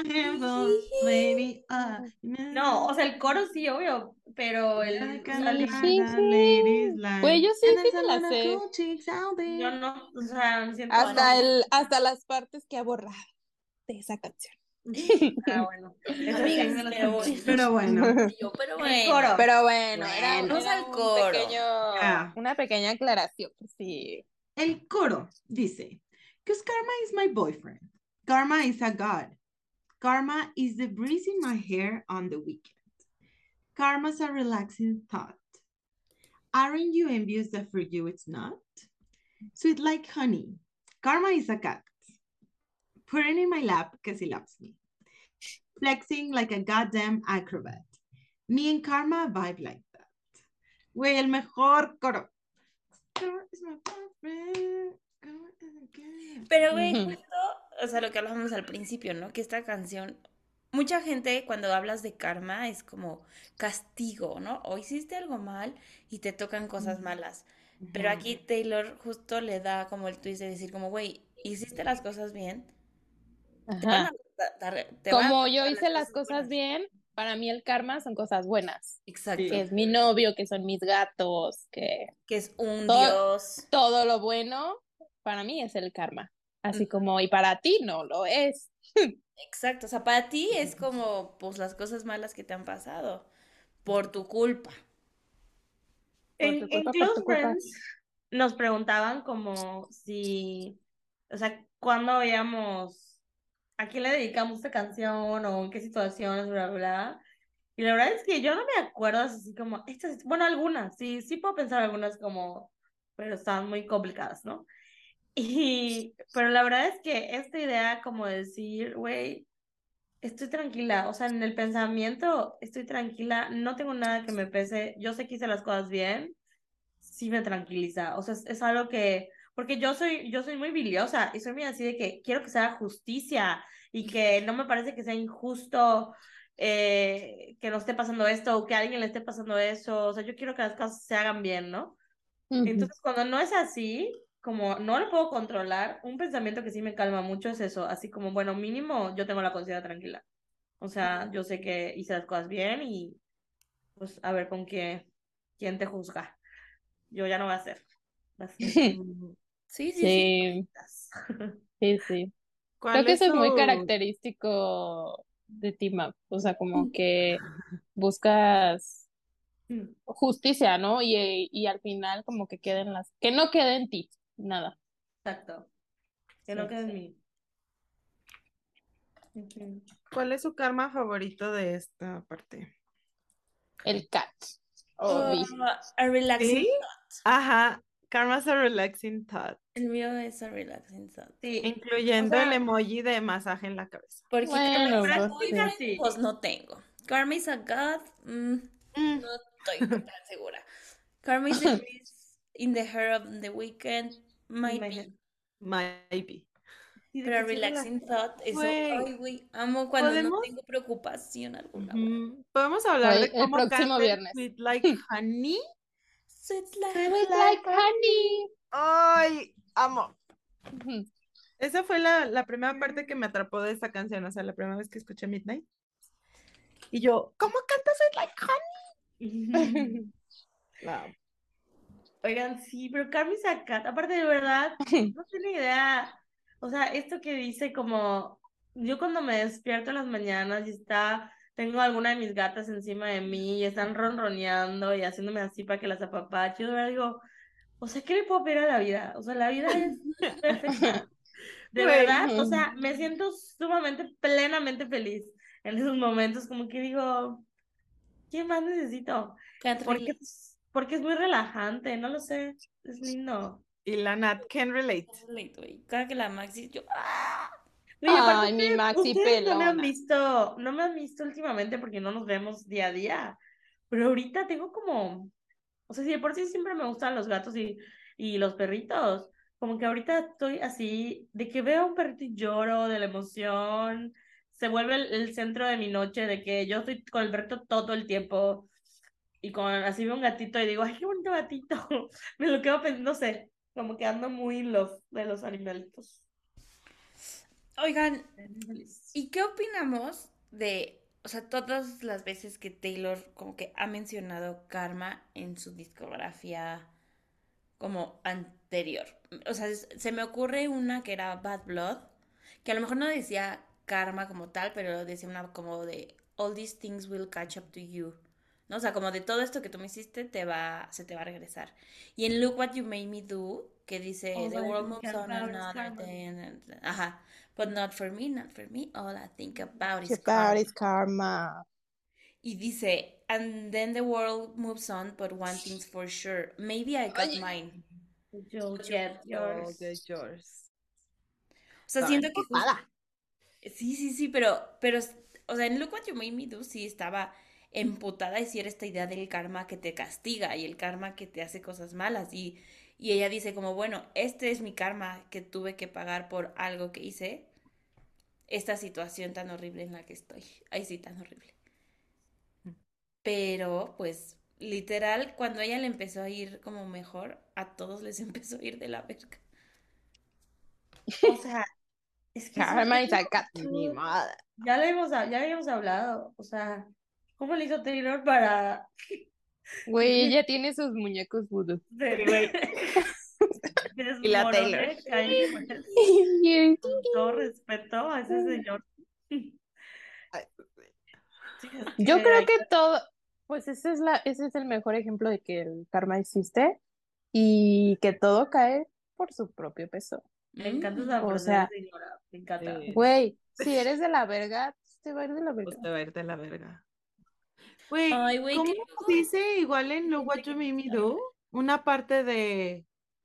Baby, ah, No, o sea, el coro sí, obvio, pero el, o sea, el- ladies Güey, yo sí, And then sí me la some sé. cool chicks out there. yo no, o sea, me siento Hasta mal. el, hasta las partes que ha borrado de esa canción. Ah, bueno, eso sí Amigas, me lo pero sé. bueno. Pero bueno, Yo, pero El bueno. coro. Pero bueno, era, Bueno. Vamos era al un coro. pequeño, Ya. una pequeña aclaración. Sí. el coro dice, because Karma is my boyfriend. Karma is a god. Karma is the breeze in my hair on the weekend. Karma's a relaxing thought. Aren't you envious that for you it's not? Sweet like honey. Karma is a cat. Putting in my lap because he loves me. Flexing like a goddamn acrobat. Me and Karma vibe like that. Güey, el mejor coro. Karma is my boyfriend. Karma is a god. Pero, güey, Ujú. justo, o sea, lo que hablábamos al principio, ¿no? Que esta canción, mucha gente cuando hablas de karma es como castigo, ¿no? O hiciste algo mal y te tocan cosas malas. Pero Ujú. aquí Taylor justo le da como el twist de decir como, güey, hiciste las cosas bien, te van a Ajá. dar, te van a Como tocar yo las hice las cosas cosas buenas. bien, para mí el karma son cosas buenas. Exacto. Que es mi novio, que son mis gatos, que Que es un todo, dios. todo lo bueno para mí es el karma. Así Ujú. como, y para ti no lo es. Exacto. O sea, para ti es como, pues, las cosas malas que te han pasado. Por tu culpa. Por En, tu en culpa, por Close tu culpa. Friends nos preguntaban como si, o sea, cuándo veíamos, a quién le dedicamos esta canción o en qué situaciones, bla, bla, bla. Y la verdad es que yo no me acuerdo así como, estas, bueno, algunas, sí, sí puedo pensar algunas como, pero están muy complicadas, ¿no? Y, pero la verdad es que esta idea como de decir, güey, estoy tranquila, o sea, en el pensamiento estoy tranquila, no tengo nada que me pese, yo sé que hice las cosas bien, sí me tranquiliza, o sea, es, es algo que, porque yo soy, yo soy muy biliosa y soy muy así de que quiero que sea justicia y que no me parece que sea injusto eh, que nos esté pasando esto o que a alguien le esté pasando eso, o sea, yo quiero que las cosas se hagan bien, ¿no? Ujú. Entonces, cuando no es así, como no lo puedo controlar, un pensamiento que sí me calma mucho es eso, así como, bueno, mínimo yo tengo la conciencia tranquila. O sea, yo sé que hice las cosas bien y pues a ver con qué, quién te juzga. Yo ya no voy a hacer. Las- Mm, Sí, sí, sí. Sí, sí, sí. Creo ¿Cuál que es eso es muy su- característico de Team Up. O sea, como que buscas justicia, ¿no? Y, y al final como que queden las, que no quede en ti, nada. Exacto. Que Sí. no quede en mí. Ujú. ¿Cuál es su karma favorito de esta parte? El cat. Uh, Obvi. a relaxing ¿Sí? thought. Ajá, karma's a relaxing thought, El mío es a relaxing thought. Sí. incluyendo O sea, el emoji de masaje en la cabeza. Porque Bueno, Karma is a pues sí. boyfriend, Sí. pues no tengo. Karma is a god, mm, Mm, no estoy tan segura. Karma is the breeze in the hair of the weekend, might be. Imagínate. maybe. Y de Pero que sí relaxing thought, eso, Güey, ay, güey, amo cuando no ¿podemos? tengo preocupación alguna, güey. Ujú. Podemos hablar Hoy, de el cómo próximo canta viernes. Sweet Like Honey. Sweet like Sweet Sweet like like honey. Ay, amo. Ujú. Esa fue la, la primera parte que me atrapó de esta canción, o sea, la primera vez que escuché Midnight. Y yo, ¿cómo canta Sweet Like Honey? La amo. Oigan, sí, pero Carmen Sacat, aparte de verdad, no tiene idea. O sea, esto que dice como, yo cuando me despierto en las mañanas y está, tengo alguna de mis gatas encima de mí y están ronroneando y haciéndome así para que las apapache, yo de verdad digo, o sea, ¿qué le puedo pedir a la vida? O sea, la vida es perfecta. De Güey, verdad, o sea, me siento sumamente, plenamente feliz en esos momentos, como que digo, ¿qué más necesito? Can't Porque, relate. pues, porque es muy relajante, no lo sé, es lindo. y la Nat can relate. Can't relate, güey. Cada que la Maxi, yo, ¡ah! Oye, aparte Ay, mi ustedes, Maxi ustedes no me han pelona. visto, no me han visto últimamente porque no nos vemos día a día, pero ahorita tengo como, o sea, si de por sí siempre me gustan los gatos y, y los perritos, como que ahorita estoy así, de que veo a un perrito y lloro de la emoción, se vuelve el, el centro de mi noche, de que yo estoy con el perrito todo el tiempo. Y con así veo un gatito y digo, ay, qué bonito gatito. Me lo quedo pensando, no sé, como que ando muy in love de los animalitos. Oigan, Estoy feliz. ¿y qué opinamos de, o sea, todas las veces que Taylor como que ha mencionado Karma en su discografía como anterior? O sea, es- se me ocurre una que era Bad Blood, que a lo mejor no decía Karma como tal, pero decía una como de All these things will catch up to you. ¿No? O sea, como de todo esto que tú me hiciste te va, se te va a regresar. Y en Look What You Made Me Do, que dice All The I world think moves on about is another karma. day. and- Ajá. But not for me, not for me. All I think about is About karma. is karma. Y dice, and then the world moves on, but one thing's for sure. Maybe I got mine. You'll But you'll get get yours. Oh, yours. get yours. O sea, Está siento que justo... emputada. Sí, sí, sí, pero, pero, o sea, en Look What You Made Me Do sí estaba emputada y sí era esta idea del karma que te castiga y el karma que te hace cosas malas. Y, y ella dice como, bueno, este es mi karma que tuve que pagar por algo que hice, esta situación tan horrible en la que estoy. Ay, sí, tan horrible. Pero, pues, literal, cuando a ella le empezó a ir como mejor, a todos les empezó a ir de la verga. O sea, es que eso, Karma is eso a cat. Ni modo. ya lo hemos, ya habíamos hablado. O sea, ¿cómo le hizo Taylor para Güey, ella tiene sus muñecos vudú. Sí, güey. Y la Taylor. desmoronó Kanye West? Con todo respeto a ese señor. Ay, Sí, es Yo que creo hay- que todo, pues ese es la, ese es el mejor ejemplo de que el karma existe y que todo cae por su propio peso. me encanta Mm. esa O frase de sea, señora. Me encanta. sí. güey, si eres de la verga, pues te va a ir de la Pues verga. te va a ir de la verga. Güey, Ay, güey, ¿cómo que luego dice igual en hay Look What gente You que Made Me dice, Do? Una parte de...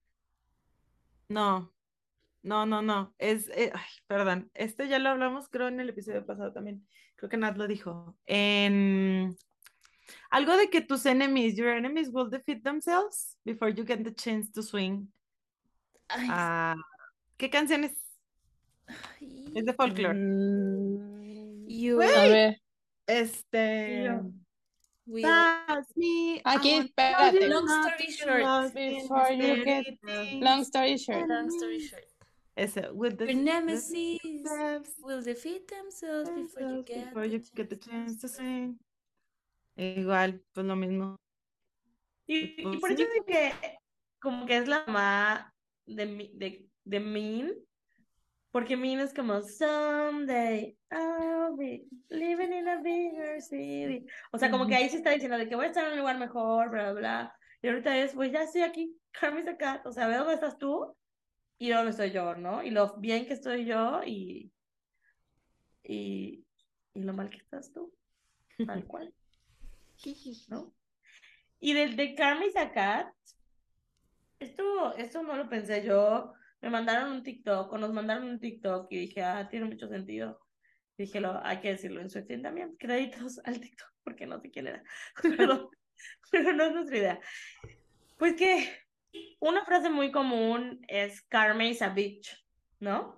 No, no, no, no. Es... eh, ay, perdón. Este ya lo hablamos, creo, en el episodio pasado también. Creo que Nat lo dijo. En... Algo de que tus enemies, your enemies will defeat themselves before you get the chance to swing. ay, Ah, ¿qué canción es? Es de ay, folklore. Mm, you a Güey, ver, este... Y yo, will. That's me. I aquí, want to tell espérate. you Long not story to get short, lost in Before these you petty get, long things. story short. long story short, Ese, with the your nemesis steps will defeat themselves before you themselves get before the you get the chance chance to to swing. swing. Igual, pues lo mismo. Y Y, y pues por eso sí, digo que como que es la mamá de, Mi- de, de Min, porque Min es como someday I'll be living in a bigger city. O sea, como que ahí se está diciendo de que voy a estar en un lugar mejor, bla, bla, bla. Y ahorita es, pues ya estoy aquí, Carmen acá. O sea, ve dónde estás tú y dónde estoy yo, ¿no? Y lo bien que estoy yo y, y, y lo mal que estás tú, tal cual, ¿no? Y del de Carmen acá. Esto, esto no lo pensé yo. Me mandaron un TikTok o nos mandaron un TikTok y dije, ah, tiene mucho sentido. Dije, lo, hay que decirlo en su stream también. Créditos al TikTok, porque no sé quién era. Pero, pero no es nuestra idea. Pues que una frase muy común es Karma is a bitch, ¿no?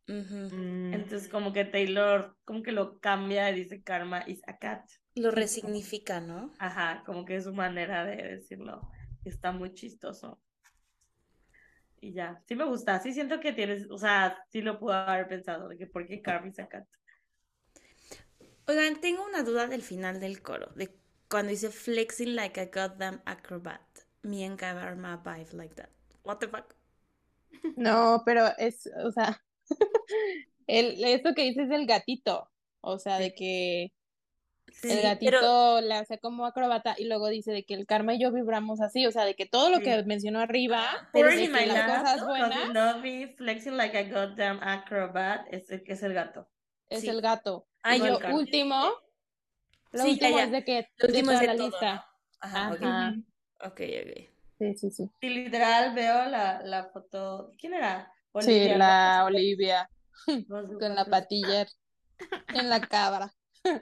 Ujú. Mm, Entonces como que Taylor como que lo cambia y dice karma is a cat. Lo Y como- resignifica, ¿no? Ajá, como que es su manera de decirlo. Está muy chistoso. Y ya, sí me gusta, sí siento que tienes, o sea, sí lo puedo haber pensado, de que por qué karma is a cat. Oigan, tengo una duda del final del coro, de cuando dice flexing like a goddamn acrobat. Me and Karma vibe like that. What the fuck? No, pero es, o sea, el, esto que dices del gatito, o sea, Sí, de que el Sí, pero gatito la hace como acróbata y luego dice de que el karma y yo vibramos así, o sea, de que todo lo que sí. mencionó arriba, pero Pouring es de in my que las lap, cosas cause buenas you love me, flexing like a goddamn acrobat, es el que es el gato, es sí. el gato. Ah, Y no yo, el lo yo karma. último, dije, lo sí, ya, último es ya. de que Lo de último es toda de la todo, ¿no? lista. Ajá, ok. Ajá, Ujú. Ok, ok. sí, sí, sí. Y literal veo la, la foto, ¿quién era? Sí, Olivia, ¿no? la Olivia Con su con la foto. patilla en la cabra.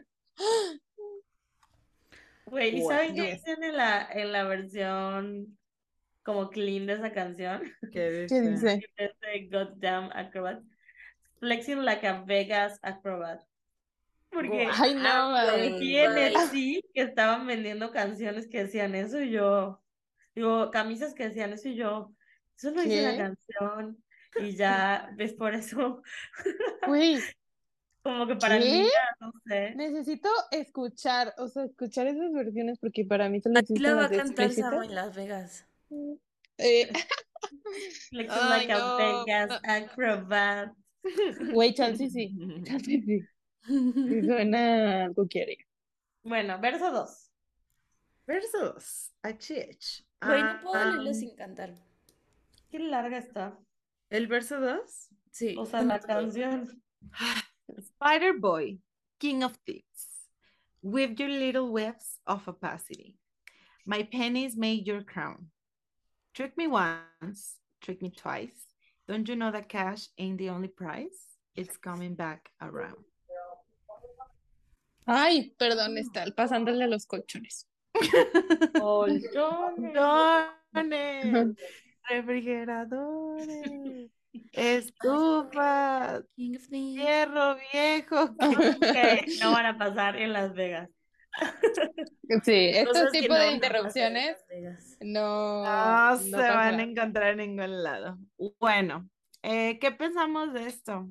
Güey, ¿y Bueno, saben qué Diez. dicen en la, en la versión como clean de esa canción? ¿qué ¿Qué dice? dice? Este goddamn acrobat. Flexing like a Vegas acrobat. Porque Ay, no, mames. vi en Guay. Etsy que estaban vendiendo canciones que decían eso y yo, digo, camisas que decían eso y yo, eso no dice la ¿Qué? canción. Y ya, ves, por eso, Güey, como que para ¿qué? niñas, no sé. Necesito escuchar, o sea, escuchar esas versiones porque para mí solo Aquí la existen va las a cantar explícitas. Samo en Las Vegas. Eh, Flexing ay, like a no. Vegas No. acrobat. Güey, chance sí. Chance sí. Sí suena algo que haría. Bueno, verso dos. Versos. H H. Güey, no Ah, puedo leerlo um, sin cantar. Qué larga está. el verso dos. O Sí, sea, bueno, la todo. canción. Spider Boy, King of Thieves, with your little webs of opacity. My pennies made your crown. Trick me once, trick me twice. Don't you know that cash ain't the only price? It's coming back around. Ay, perdón, está pasándole a los colchones. Colchones. Colchones, refrigeradores, estufas, King of Thieves. hierro viejo. Que no van a pasar en Las Vegas. Sí, estos Cosas que tipos no de van a pasar en interrupciones Las Vegas. no, No se no van a pasarán. encontrar en ningún lado. Bueno, eh, ¿qué pensamos de esto?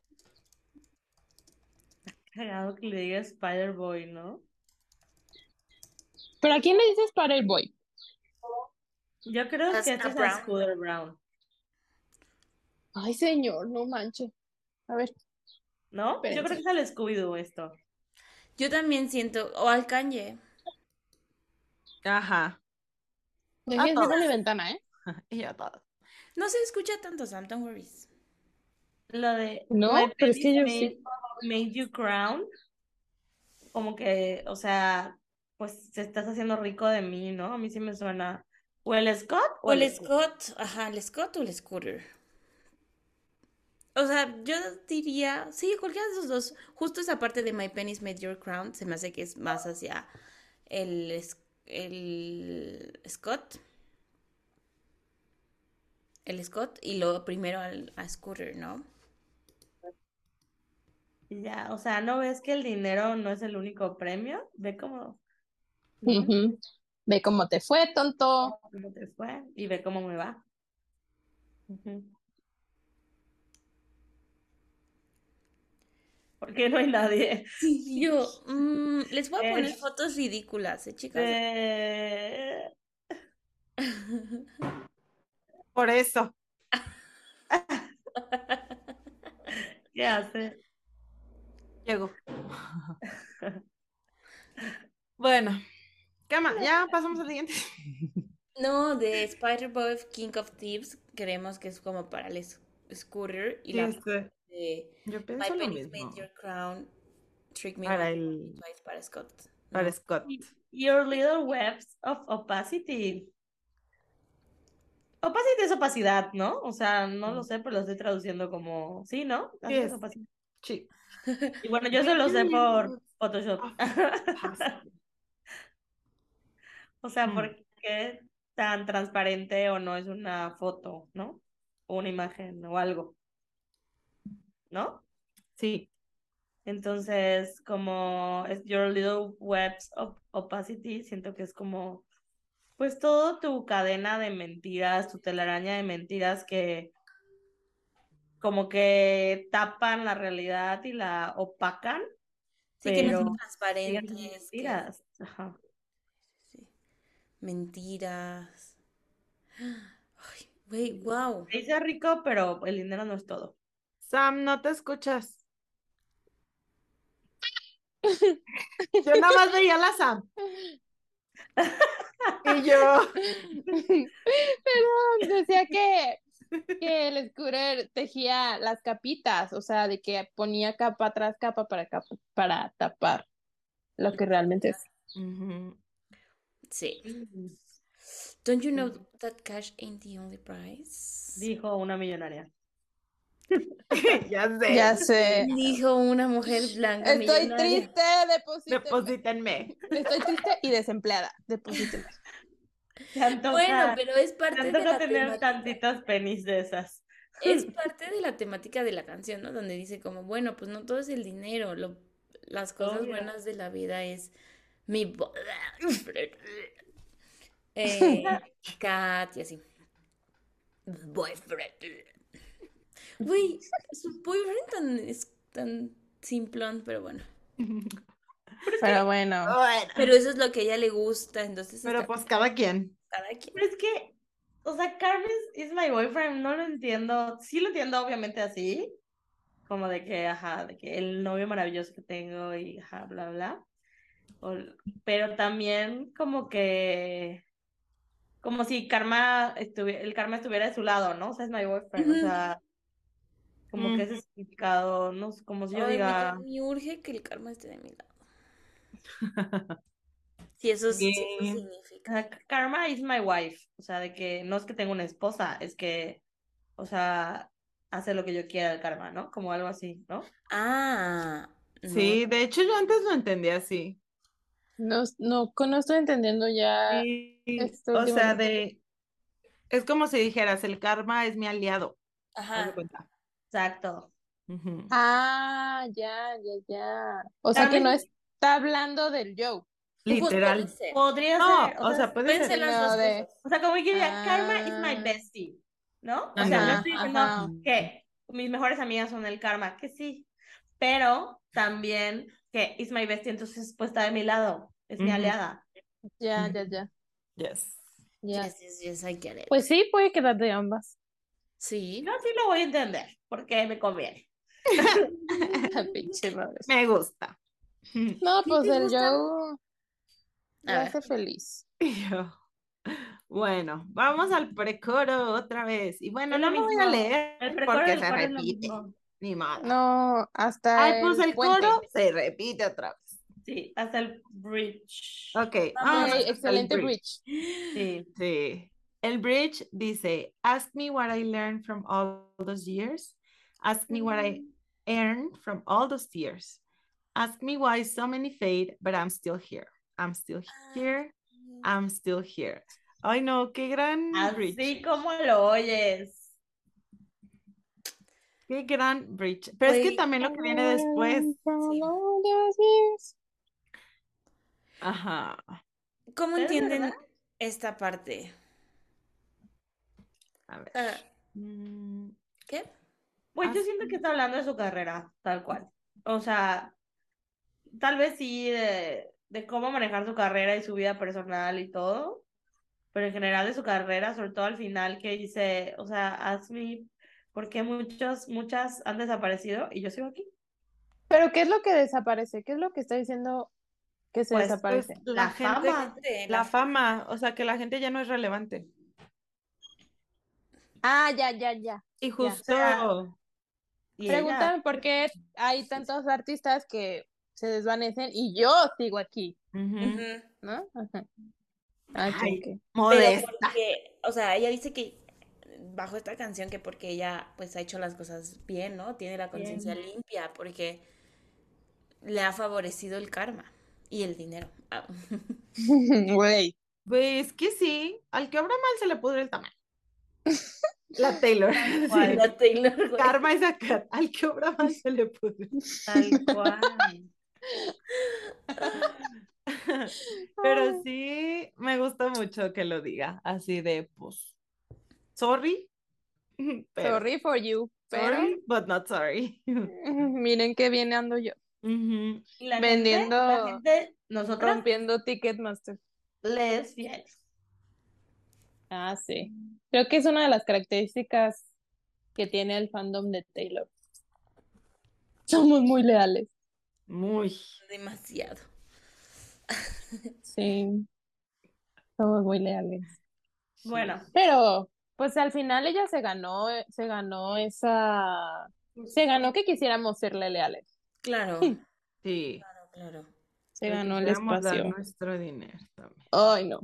Cagado que le diga Spider-Boy, ¿no? ¿Pero a quién le dices para el boy? Yo creo que As este a es a Brown. Scooter Brown, Ay, señor, no manches. A ver, ¿no? Yo creo que espérense. es al Scooby-Doo esto. Yo también siento, o al Kanye. Ajá, a Dejen cierro todos. mi ventana, ¿eh? Y a todos. No se escucha tanto, Sam, don't worries. Lo de My No, pero es que pennies yo made, sí. made you crown, como que, o sea, pues se estás haciendo rico de mí, ¿no? A mí sí me suena. ¿O el Scott o O el el Scooby? Scott, ajá, el Scott o el Scooter. O sea, yo diría, sí, cualquiera de esos dos. Justo esa parte de My Pennies Made Your Crown se me hace que es más hacia el, es- el Scott, el Scott, y luego primero al, a Scooter, ¿no? Y ya, o sea, ¿no ves que el dinero no es el único premio? Ve cómo, ¿no? Ujú. Ve cómo te fue, tonto. Cómo te fue y ve cómo me va. Ujú. Porque no hay nadie. Sí, yo, mm, les voy a poner Eh, fotos ridículas, ¿eh, chicas? eh, Por eso. ¿Qué hace? Llegó. Bueno, ¿qué más? Ya pasamos al siguiente. No, de Spider-Boy King of Thieves, creemos que es como para el S- Scooter y Sí, la parte este, de yo My pienso lo Pennies Made mismo Your Crown, Trick Me para Once, Trick Me el, Twice para Scott, para ¿no? Scott. Y- Your little webs of opacity. Opacity es opacidad, ¿no? O sea, no lo sé, pero lo estoy traduciendo como, sí, ¿no? Sí, Así es es, opacidad. sí. Y bueno, yo eso With lo your sé little por bits Photoshop. of opacity. O sea, Hmm. ¿por qué tan transparente o no es una foto, ¿no? O una imagen o algo. ¿no? Sí. Entonces, como es Your Little Webs of Opacity, siento que es como, pues todo tu cadena de mentiras, tu telaraña de mentiras que como que tapan la realidad y la opacan, Sí, que no son pero siguen siendo transparentes, que mentiras. Ajá. sí, mentiras. Ay, güey, wow. Se dice rico, pero el dinero no es todo. Sam, no te escuchas. Yo nada más veía a la Sam. Y yo. Perdón, decía que, que el Scooter tejía las capitas, o sea, de que ponía capa tras capa para, capa, para tapar lo que realmente es. Ujú. Sí. Mm, Don't you know that cash ain't the only price? Dijo una millonaria. Ya sé. Ya sé. Dijo una mujer blanca Estoy millonaria. triste, deposítenme. Deposítenme. Estoy triste y desempleada, deposítenme. Se antoja, Bueno, pero es se parte de antoja la tener temática. tantitas penis de esas. Es parte de la temática de la canción, ¿no? Donde dice como, bueno, pues no todo es el dinero, lo, las cosas Obvio. buenas de la vida es mi bo- eh, cat y así. Boyfriend. Güey, su boyfriend tan, es tan simplón, pero bueno. Pero bueno, Bueno, Pero eso es lo que a ella le gusta, entonces pero está pues cada quien. cada quien. Pero es que, o sea, Carmen is my boyfriend, no lo entiendo. Sí lo entiendo, obviamente, así. Como de que, ajá, de que el novio maravilloso que tengo y ajá, bla, bla. O- pero también como que, como si karma estuviera, el karma estuviera de su lado, ¿no? O sea, es my boyfriend, o Ujú. sea, como que Mm. ese significado, no sé, como si yo Ay, me, diga, me urge que el karma esté de mi lado. Si eso, si eso Sí. significa. ajá, karma is my wife, o sea, de que no es que tenga una esposa, es que, o sea, hace lo que yo quiera el karma, ¿no? Como algo así, ¿no? Ah, no. Sí, de hecho yo antes lo entendía así. no, no, no estoy entendiendo ya Sí, esto o sea, últimamente. de, es como si dijeras, el karma es mi aliado. Haz de Ajá. cuenta. Exacto. Ujú. Ah, ya, ya, ya. O sea que Karma no es- está hablando del Joe, Pues puede Literal. ser. podría No, ser, o o sea, sea, puede Pueden ser. ser las dos sino de, cosas. o sea, como que diría, karma is my ah, bestie, ¿no? O sea, no Ándale. ajá, estoy diciendo ajá, que mis mejores amigas son el karma, que sí, pero también que is my bestie, entonces pues está de mi lado, es mi Ujú. aliada. ya, Ujú. ya, ya, Yes. ya. Yes, yes, yes, I get it. Pues sí, puede quedar de ambas. Sí. Yo sí lo voy a entender, porque me conviene. Pinche madre. Me gusta. No, ¿Sí pues les el gusta? Joe A lo ver. hace feliz. Y yo, bueno, vamos al precoro otra vez. Y bueno, Es no lo lo voy a mismo. leer El precoro y porque el se coro es lo repite. mismo. Ni modo. No, Ay, hasta pues el el coro puente. se repite otra vez. Sí, hasta el bridge. Ok, Vamos. vámonos Yay, hasta el excelente bridge. bridge. Sí. Sí. El bridge dice, ask me what I learned from all those years. Ask me what I earned from all those tears. Ask me why so many fade, but I'm still here. I'm still here. I'm still here. Ay, no, qué gran bridge. Así como lo oyes. Qué gran bridge. Pero es que Güey, también lo que viene después. sí. Ajá. ¿Cómo ¿Es verdad? entienden esta parte? A ver. Ah, Mm, ¿qué? Pues yo ask siento que me- está hablando de su carrera, tal cual. O sea, tal vez sí de, de cómo manejar su carrera y su vida personal y todo, pero en general de su carrera, sobre todo al final que dice, o sea, ask me por qué muchos, muchas han desaparecido y yo sigo aquí. Pero ¿qué es lo que desaparece? ¿Qué es lo que está diciendo que se Pues, Pues desaparece? la la gente, fama. Gente, la la fama, o sea que la gente ya no es relevante. Ah, ya, ya, ya. Y Ya. O sea, justo, y ella. Pregúntame por qué hay tantos artistas que se desvanecen y yo sigo aquí, ujú. Ujú. ¿no? Ajá. Ah, ok, Ay, ok. Pero modesta. porque, o sea, ella dice que bajo esta canción que porque ella pues ha hecho las cosas bien, ¿no? Tiene la conciencia Bien. limpia porque le ha favorecido el karma y el dinero. Ah. Güey. Pues que sí, al que obra mal se le pudre el tamaño. La Taylor. Tal cual. Sí. La Taylor, güey. Karma es acá. Al que obra mal se le pudre. Tal cual. Pero sí, me gusta mucho que lo diga. Así de, pues, sorry, pero Sorry for you, pero sorry, but not sorry. miren qué bien ando yo, Ujú. Y la gente, vendiendo, la gente, nosotras, rompiendo Ticketmaster. le es fiel. Ah, sí. Creo que es una de las características que tiene el fandom de Taylor. Somos muy leales. Muy. Demasiado. Sí, somos muy leales. Bueno, Pero, pues al final ella se ganó, se ganó esa, se ganó que quisiéramos serle leales. Claro, Sí. claro, claro. Se Le ganó el quisiéramos dar espacio. nuestro dinero también. Ay, no.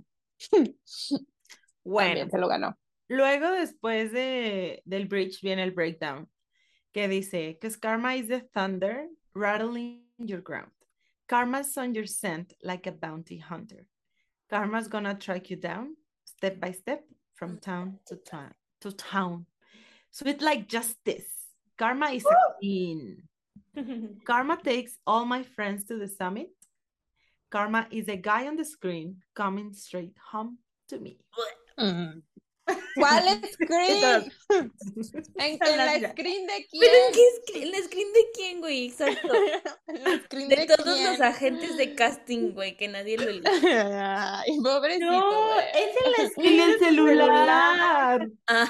Bueno, También se lo ganó. luego después de, del bridge viene el breakdown, que dice, cause karma is the thunder rattling your ground. Karma's on your scent like a bounty hunter. Karma's gonna track you down, step by step, from town to town. To town. Sweet like justice. Karma is a queen. Karma takes all my friends to the summit. Karma is a guy on the screen coming straight home to me. Mm. ¿Cuál screen? ¿En, en la Gracias. screen de ¿Pero en quién? qué screen? ¿En la screen de quién, güey? Exacto. ¿En la screen De de todos quién? los agentes de casting, güey, que nadie lo eligió. Ay, pobrecito, No, güey. es en la En screen el de tu celular. celular. Ah,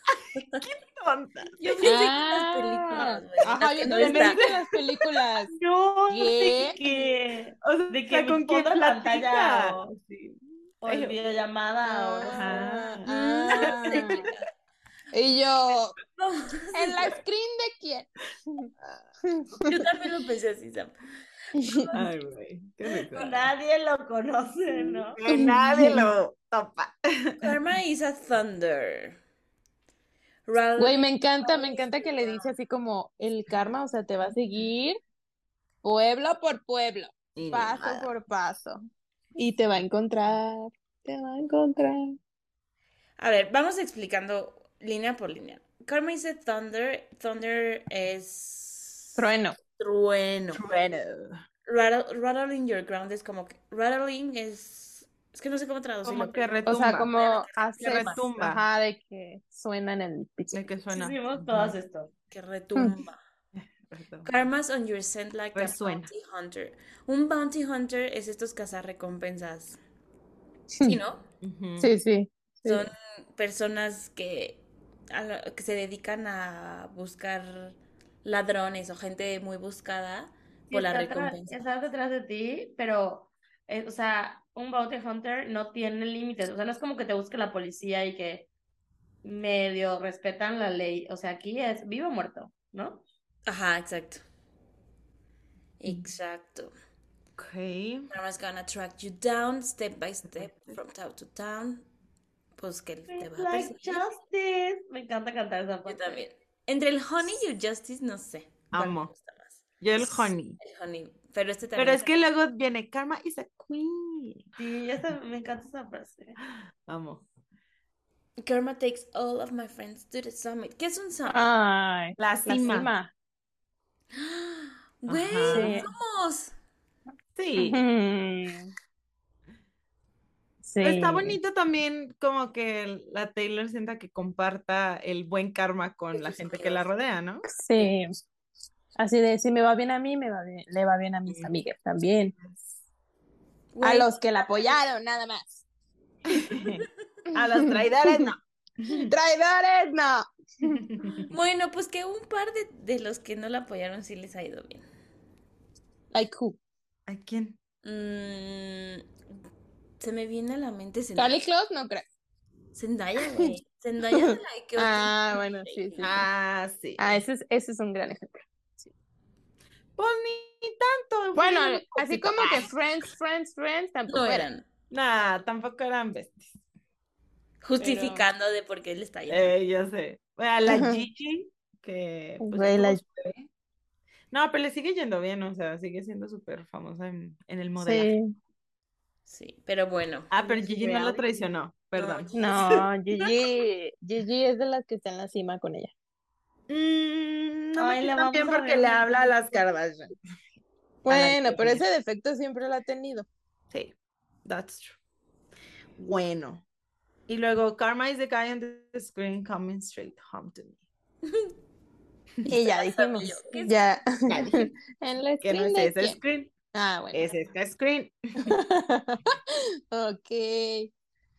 Tonta. yo pensé que en las Ah, películas, güey. en ajá, las yo que no también está. pensé en las películas. No, ¿Qué? de que, O sea, de que ¿con quién foto de pantalla platica? o, Sí. o en Ay, videollamada o no sé. Ajá. Ah, No sé, ah. chica. Y yo, Vamos a ¿en la esperar. screen de quién? Yo también lo pensé así, Sam. Ay, güey, qué risa. Nadie lo conoce, ¿no? Que nadie lo topa. Karma is a thunder. Rather Güey, me encanta, me encanta que le dice así como el karma, o sea, te va a seguir pueblo por pueblo, Y ni paso nada. por paso. Y te va a encontrar, te va a encontrar. A ver, vamos explicando línea por línea. Karma is a thunder. Thunder es Trueno. trueno. Bueno. Rattle- rattling your ground es como que. Rattling es. Es que no sé cómo traducirlo. Como que pero- O retumba. sea, como que hace, retumba. ajá, de que suena en el piso. De que suena. Hicimos todas esto. Que retumba. Retumba. Karma's on your scent like Resuena. a bounty hunter. Un bounty hunter es estos cazarrecompensas. ¿Sí, no? Ujú. Sí, sí. sí. Son personas que, a lo- que se dedican a buscar ladrones o gente muy buscada Sí, por la está, tra- recompensa. está detrás de ti, pero, eh, o sea, un bounty hunter no tiene límites. O sea, no es como que te busque la policía y que medio respetan la ley. O sea, aquí es vivo o muerto, ¿no? Ajá, exacto. Exacto. Ok. Karma's gonna track you down step by step from town to town. Pues que te va a Like perseguir. justice. Me encanta cantar esa Yo parte. también. Entre el honey y el justice, no sé. ¿Cuál me Amo. gusta más? Yo el honey. El honey. Pero este Pero también. es que luego viene Karma is a queen. Sí, esa, me encanta esa frase. Amo. Karma takes all of my friends to the summit. ¿Qué es un summit? Ay, La la cima. cima. Güey, Ajá. Sí. somos. Sí. Ujú. Sí. Está bonito también como que la Taylor sienta que comparta el buen karma con Con la sus gente que la amigos. rodea, ¿no? Sí. Así de, si me va bien a mí, me va bien, le va bien a mis Sí. amigas también. A Güey, los que la apoyaron, nada más. A los traidores no. Traidores, no. bueno, pues que un par de, de los que no la apoyaron sí les ha ido bien. Like who? ¿A quién? Mm, se me viene a la mente Zendaya. Carly Close, no creo. Zendaya, güey. Zendaya de la que Ah, bueno, sí, sí. sí. Ah, sí. Ah, ese es, ese es un gran ejemplo. Pues ni tanto. Bueno, fueron un así poquito. como que Ah, Friends, Friends, Friends tampoco no eran. eran. Nah, tampoco eran besties. Justificando de por qué él está allá. Eh, yo sé. Bueno, a la Gigi, que pues Güey, estuvo la- súper bien. No, pero le sigue yendo bien, o sea, sigue siendo súper famosa en, en el modelaje. Sí. Sí, pero bueno. Ah, pero ¿En su Gigi no lo reality? traicionó. Perdón. No, Gigi, Gigi es de las que está en la cima con ella. Mm, no me Ay, la cae bien vamos a porque ver le juntas. habla a las Kardashian. Bueno, pero teoría. ese defecto siempre lo ha tenido. Sí, that's true. Bueno. Y luego, Karma is the guy on the screen coming straight home to me. Y ya dijimos, yo, ¿qué es? ya. Ya dije En la que no screen es de ese quién. screen, Ah, bueno. es este screen. Ok.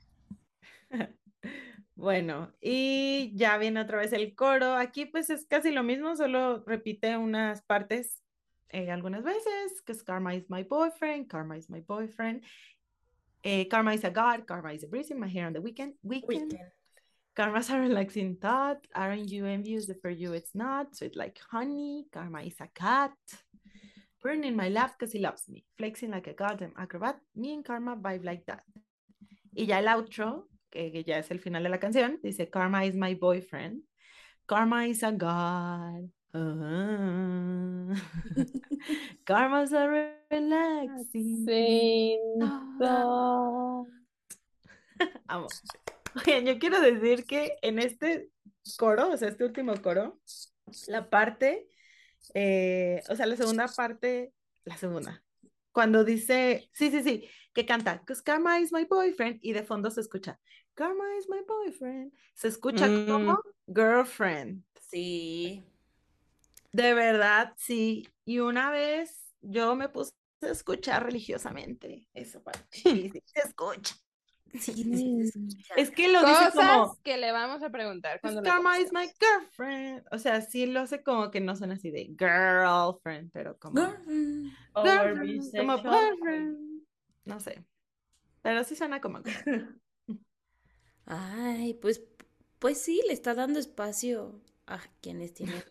Bueno, y ya viene otra vez el coro. Aquí pues es casi lo mismo, solo repite unas partes eh, algunas veces, que es Karma is my boyfriend, Karma is my boyfriend. Eh, Karma is a god, Karma is a breeze in my hair on the weekend. Weekend. Weekend. Karma's a relaxing thought. Aren't you envious that for you it's not? Sweet like honey. Karma is a cat. Burning in my lap because he loves me. Flexing like a goddamn acrobat. Me and Karma vibe like that. Y ya el outro, que, que ya es el final de la canción, dice Karma is my boyfriend. Karma is a god. Uh-huh. Karma's a relaxing. Sin thought. Amo. Oigan, yo quiero decir que en este coro, o sea, este último coro, la parte, eh, o sea, la segunda parte, la segunda, cuando dice, sí, sí, sí, que canta, cause Karma is my boyfriend, y de fondo se escucha, Karma is my boyfriend, se escucha Mm. como girlfriend. Sí. De verdad, sí. Y una vez yo me puse a escuchar religiosamente esa parte. Y sí, se escucha. Sí, sí, se escucha. Es que lo dice Cosas como, que le vamos a preguntar "Cause cuando la Karma is conozcamos. my girlfriend". O sea, sí lo hace como que no son así de girlfriend, pero como Girlfriend. Over girlfriend, como bisexual. boyfriend. No sé. Pero sí suena como girl. Ay, pues, pues sí, le está dando espacio a quienes tienen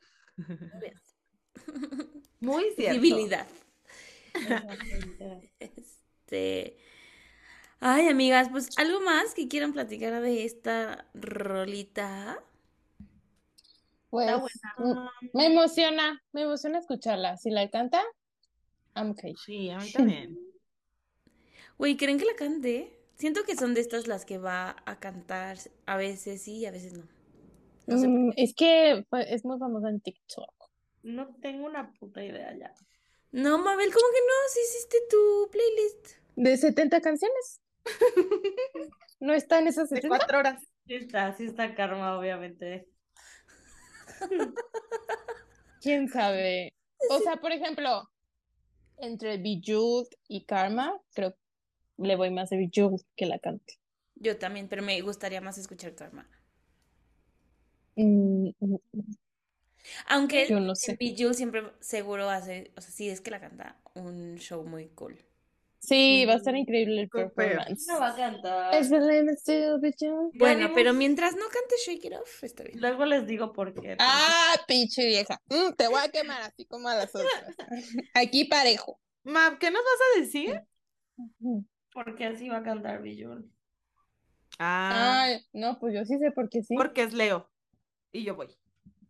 Muy cierto. visibilidad. Exactamente. Este. Ay, amigas, pues algo más que quieran platicar de esta rolita. Pues Está buena. mm, me emociona, me emociona escucharla. Si la canta, I'm okay. Sí, a mí también. Güey, ¿creen que la cante? Siento que son de estas las que va a cantar a veces sí y a veces no. No sé por Mm, es que pues, es muy famosa en TikTok. No tengo una puta idea ya. No, Mabel, ¿cómo que no? Si hiciste tu playlist. ¿De setenta canciones? ¿No está en esas De setenta? cuatro horas. Sí está, sí está Karma, obviamente. ¿Quién sabe? O sea, por ejemplo, entre Bejeweled y Karma, creo que le voy más a Bejeweled que la cante. Yo también, pero me gustaría más escuchar Karma. Mm, mm, mm. Aunque Yo no en sé. Bijou siempre seguro hace, o sea, sí es que la canta, un show muy cool. Sí, va a estar increíble el Súper. performance. No va a cantar. Es Belén still Bejeweled. Ya Bueno, vimos- pero mientras no cante Shake It Off, está bien. Luego les digo por qué. Ah, pinche vieja. Mm, te voy a quemar así como a las otras. Aquí parejo. Mab, ¿qué nos vas a decir? Porque así va a cantar Bijou. Ah, Ay, no, pues yo sí sé por qué sí. porque es Leo. Y yo voy.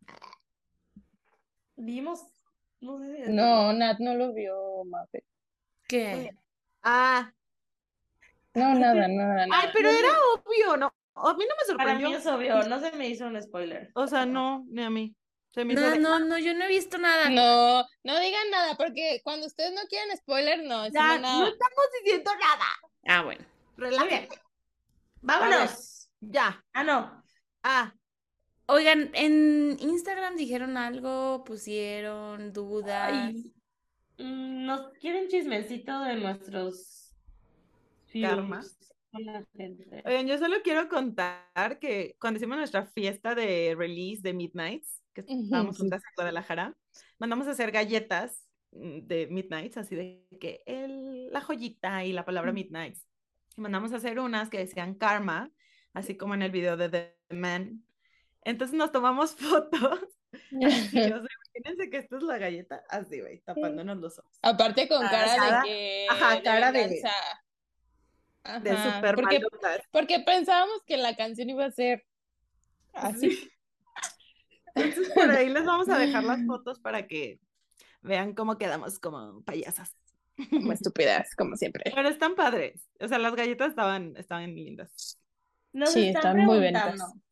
Vimos, no sé si decirlo. No, Nat no lo vio, Mafe. ¿Qué? Ah. No, nada, nada, Ay, nada. pero era obvio, ¿no? A mí no me Para mí sorprendió. es obvio, no se me hizo un spoiler. O sea, no, ni a mí. Se me hizo No, de, no, no, yo no he visto nada. No, no digan nada, porque cuando ustedes no quieren spoiler, no decimos ya, no nada. estamos diciendo nada. Ah, bueno. Relájate. ¡Vámonos! Ya. Ah, no. Ah, Oigan, en Instagram dijeron algo, pusieron dudas. Ay, mm, ¿nos quieren chismecito de nuestros Karma. views con la gente? oigan, yo solo quiero contar que cuando hicimos nuestra fiesta de release de Midnights, que estábamos Ujú, juntas en Guadalajara, mandamos a hacer galletas mm, de Midnights, así de que el, la joyita y la palabra Midnights. Y mandamos a hacer unas que decían Karma, así como en el video de The Man. Entonces nos tomamos fotos. Así, o sea, imagínense que esta es la galleta, así, güey, tapándonos los ojos. Aparte con Ah, cara de cara- que ajá, de cara de- venganza. De Ajá, súper porque, malotas. porque pensábamos que la canción iba a ser así. Sí. Entonces por ahí les vamos a dejar las fotos para que vean cómo quedamos como payasas. Como estúpidas, como siempre. Pero están padres. O sea, las galletas estaban, estaban lindas. Nos Sí, están están muy preguntando, bonitas.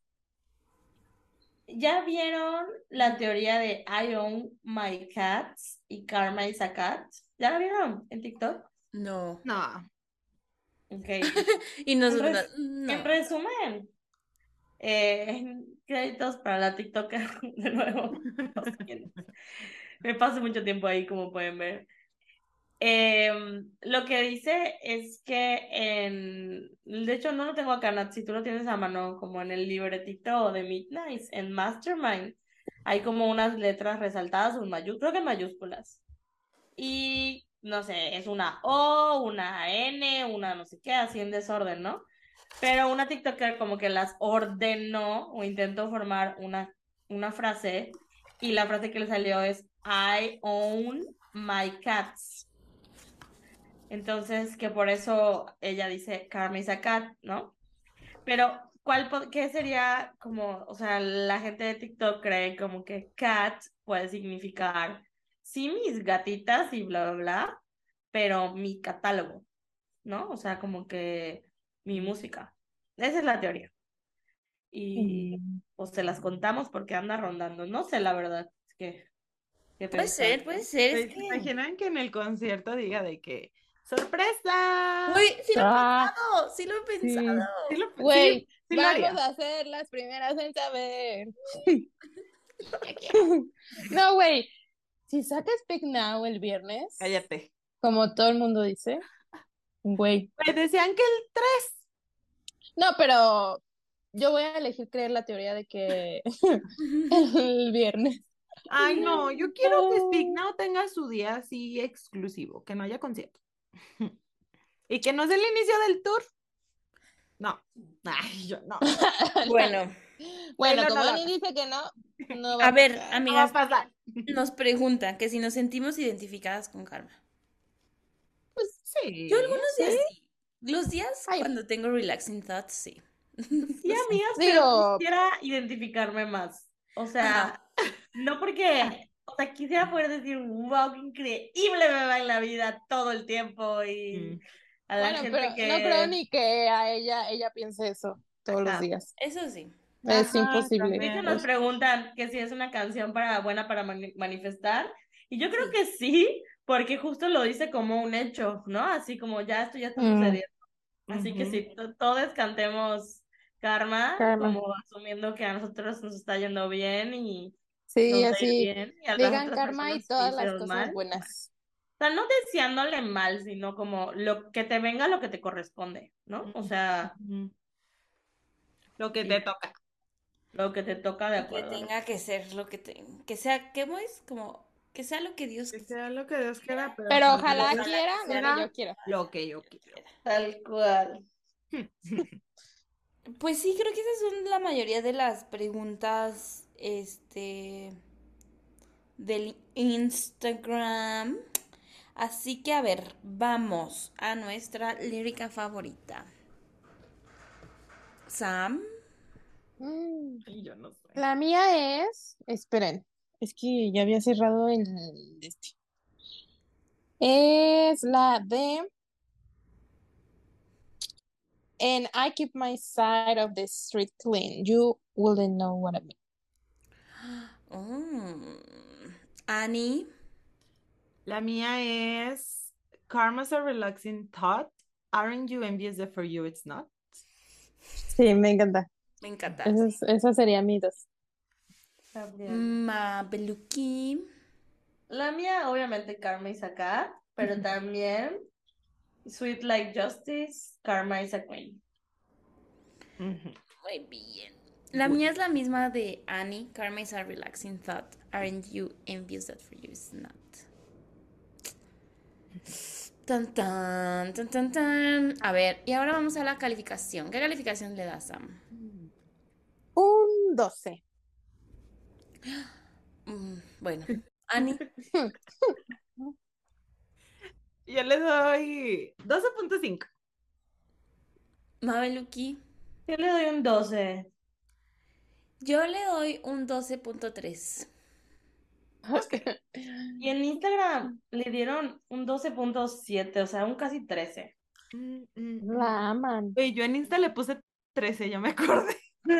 ¿ya vieron la teoría de I own my cats y Karma is a cat? ¿Ya la vieron en TikTok? No. No. Ok. Y En, nosotros, res- en no. resumen, eh, créditos para la TikToker de nuevo. No sé quién es. Me paso mucho tiempo ahí, como pueden ver. Em, lo que dice es que en, de hecho no lo tengo acá, Nat, si tú lo tienes a mano, como en el libretito de Midnight, en Mastermind, hay como unas letras resaltadas, un mayu- creo que en mayúsculas. Y no sé, es una O, una N, una no sé qué, así en desorden, ¿no? Pero una TikToker como que las ordenó o intentó formar una, una frase y la frase que le salió es I own my cats. Entonces, que por eso ella dice Karma is a cat, ¿no? Pero, ¿cuál, po- qué sería como, o sea, la gente de TikTok cree como que cat puede significar, sí, mis gatitas y bla, bla, bla, pero mi catálogo, ¿no? O sea, como que mi música. Esa es la teoría. Y Mm. pues se las contamos porque anda rondando. No sé, la verdad, que, qué Puede pensar. ser, puede ser, es ¿Se que... imaginan que en el concierto diga de que ¡sorpresa! Uy, sí lo he Ah, pensado, sí lo he sí. pensado. Sí lo, sí, Güey, sí lo vamos haría. a ser las primeras en saber. No, güey, si sacas Speak Now el viernes, Cállate. como todo el mundo dice, güey. Me decían que el tres. No, pero yo voy a elegir creer la teoría de que el viernes. Ay, no, yo quiero que Speak Now tenga su día así exclusivo, que no haya concierto. Y que no sea el inicio del tour. No. Ay, yo no. Bueno, Bueno, Taylor no como lo Ani haga. dice que no, no va a a ver, pasar. No va a amigas, pasar. nos preguntan que si nos sentimos identificadas con Karma. Pues sí. Yo algunos ¿Sí? días sí. Los días Ay. cuando tengo relaxing thoughts, sí. Sí, amigas, pero Digo, quisiera identificarme más. O Ajá. sea, no porque, o sea, quisiera poder decir, wow, qué increíble me va en la vida todo el tiempo y Mm. a la bueno, gente pero que... no creo ni que a ella, ella piense eso todos los Ajá. días. Eso sí. Es Ajá, imposible. De hecho, también. nos preguntan que si es una canción para, buena para mani- manifestar. Y yo creo Sí. que sí, porque justo lo dice como un hecho, ¿no? Así como ya esto ya está Mm, sucediendo. Así que Ujú. sí, to- todos cantemos Karma, Karma. como asumiendo que a nosotros nos está yendo bien y Sí, nos va a ir así bien, y a las digan otras karma y personas que todas las hicieron cosas mal. buenas. O sea, no deseándole mal, sino como lo que te venga lo que te corresponde, ¿no? O sea, Ujú. Lo que sí, te toca. lo que te toca de Y que acuerdo a lo tenga que ser lo que te... Que sea, ¿cómo es? Como que sea lo que Dios Que sea lo que Dios quiera, pero, Pero también ojalá lo quiera lo que quiera, yo quiero. lo que yo quiero. quiera. tal cual. Pues sí, creo que esas son la mayoría de las preguntas, este, del Instagram. Así que a ver, vamos a nuestra lírica favorita. Sam. Mm, Y yo no sé. La mía es, esperen, es que ya había cerrado el este. Es la de And I keep my side of the street clean. You wouldn't know what I mean. Mm. Annie. La mía es Karma's a relaxing thought. Aren't you envious that for you it's not? Sí, me encanta. Me encanta. Esa, es- esa sería mi dos. También. Mabeluki. La mía, obviamente, Karma is a cat, pero también Sweet Like Justice, Karma is a Queen. Ujú. Muy bien. La mía es la misma de Annie. Karma is a relaxing thought. Aren't you envious that for you is not? Tan, tan, tan, tan, tan. A ver, y ahora vamos a la calificación. ¿Qué calificación le das, Sam? Un doce. Mm, bueno, Annie. Yo le doy doce punto cinco. Mabeluki. Yo le doy un doce. Yo le doy un doce punto tres. Y en Instagram le dieron un doce punto siete, o sea, un casi trece. Mm, mm, mm. La aman. Oye, yo en Insta le puse trece, ya me acordé.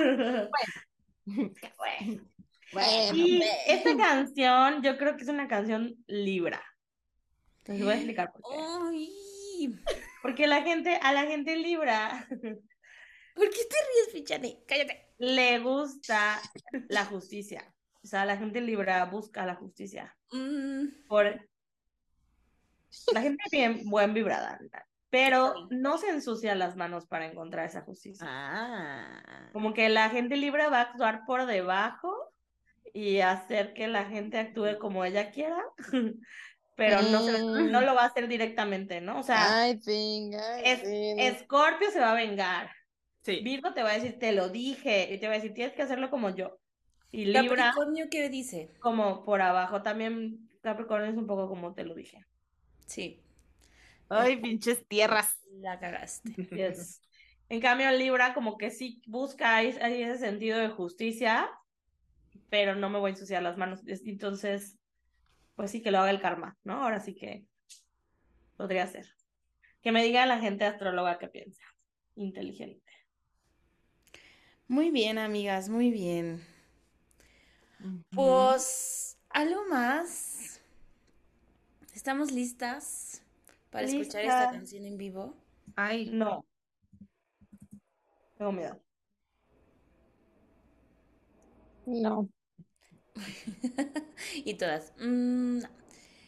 Bueno. Bueno, Y ve. esta canción, yo creo que es una canción Libra. Les voy a explicar por qué. Uy, Porque la gente, a la gente Libra ¿por qué te ríes, Pichane? Cállate. le gusta la justicia. O sea, la gente Libra busca la justicia. Mm, Por la gente bien buen vibrada, pero no se ensucia las manos para encontrar esa justicia. Ah. Como que la gente Libra va a actuar por debajo y hacer que la gente actúe como ella quiera, pero no, se, no Mm, lo va a hacer directamente, ¿no? O sea, I think, I es, think. Escorpio se va a vengar. Sí. Virgo te va a decir, te lo dije, y te va a decir, tienes que hacerlo como yo. Y Libra, Capricornio, ¿qué dice? como por abajo. También Capricornio es un poco como te lo dije. Sí, Ay, pinches tierras. la cagaste. Yes. En cambio, Libra como que sí busca ahí, ahí ese sentido de justicia, pero no me voy a ensuciar las manos. Es- Entonces, pues sí que lo haga el karma, ¿no? Ahora sí que podría ser. Que me diga la gente astróloga qué piensa. Inteligente. Muy bien, amigas, muy bien. Ujú. Pues, ¿algo más? ¿Estamos listas para escuchar esta Lista. canción en vivo? Ay, No. Tengo miedo. No. Y todas. mm, no.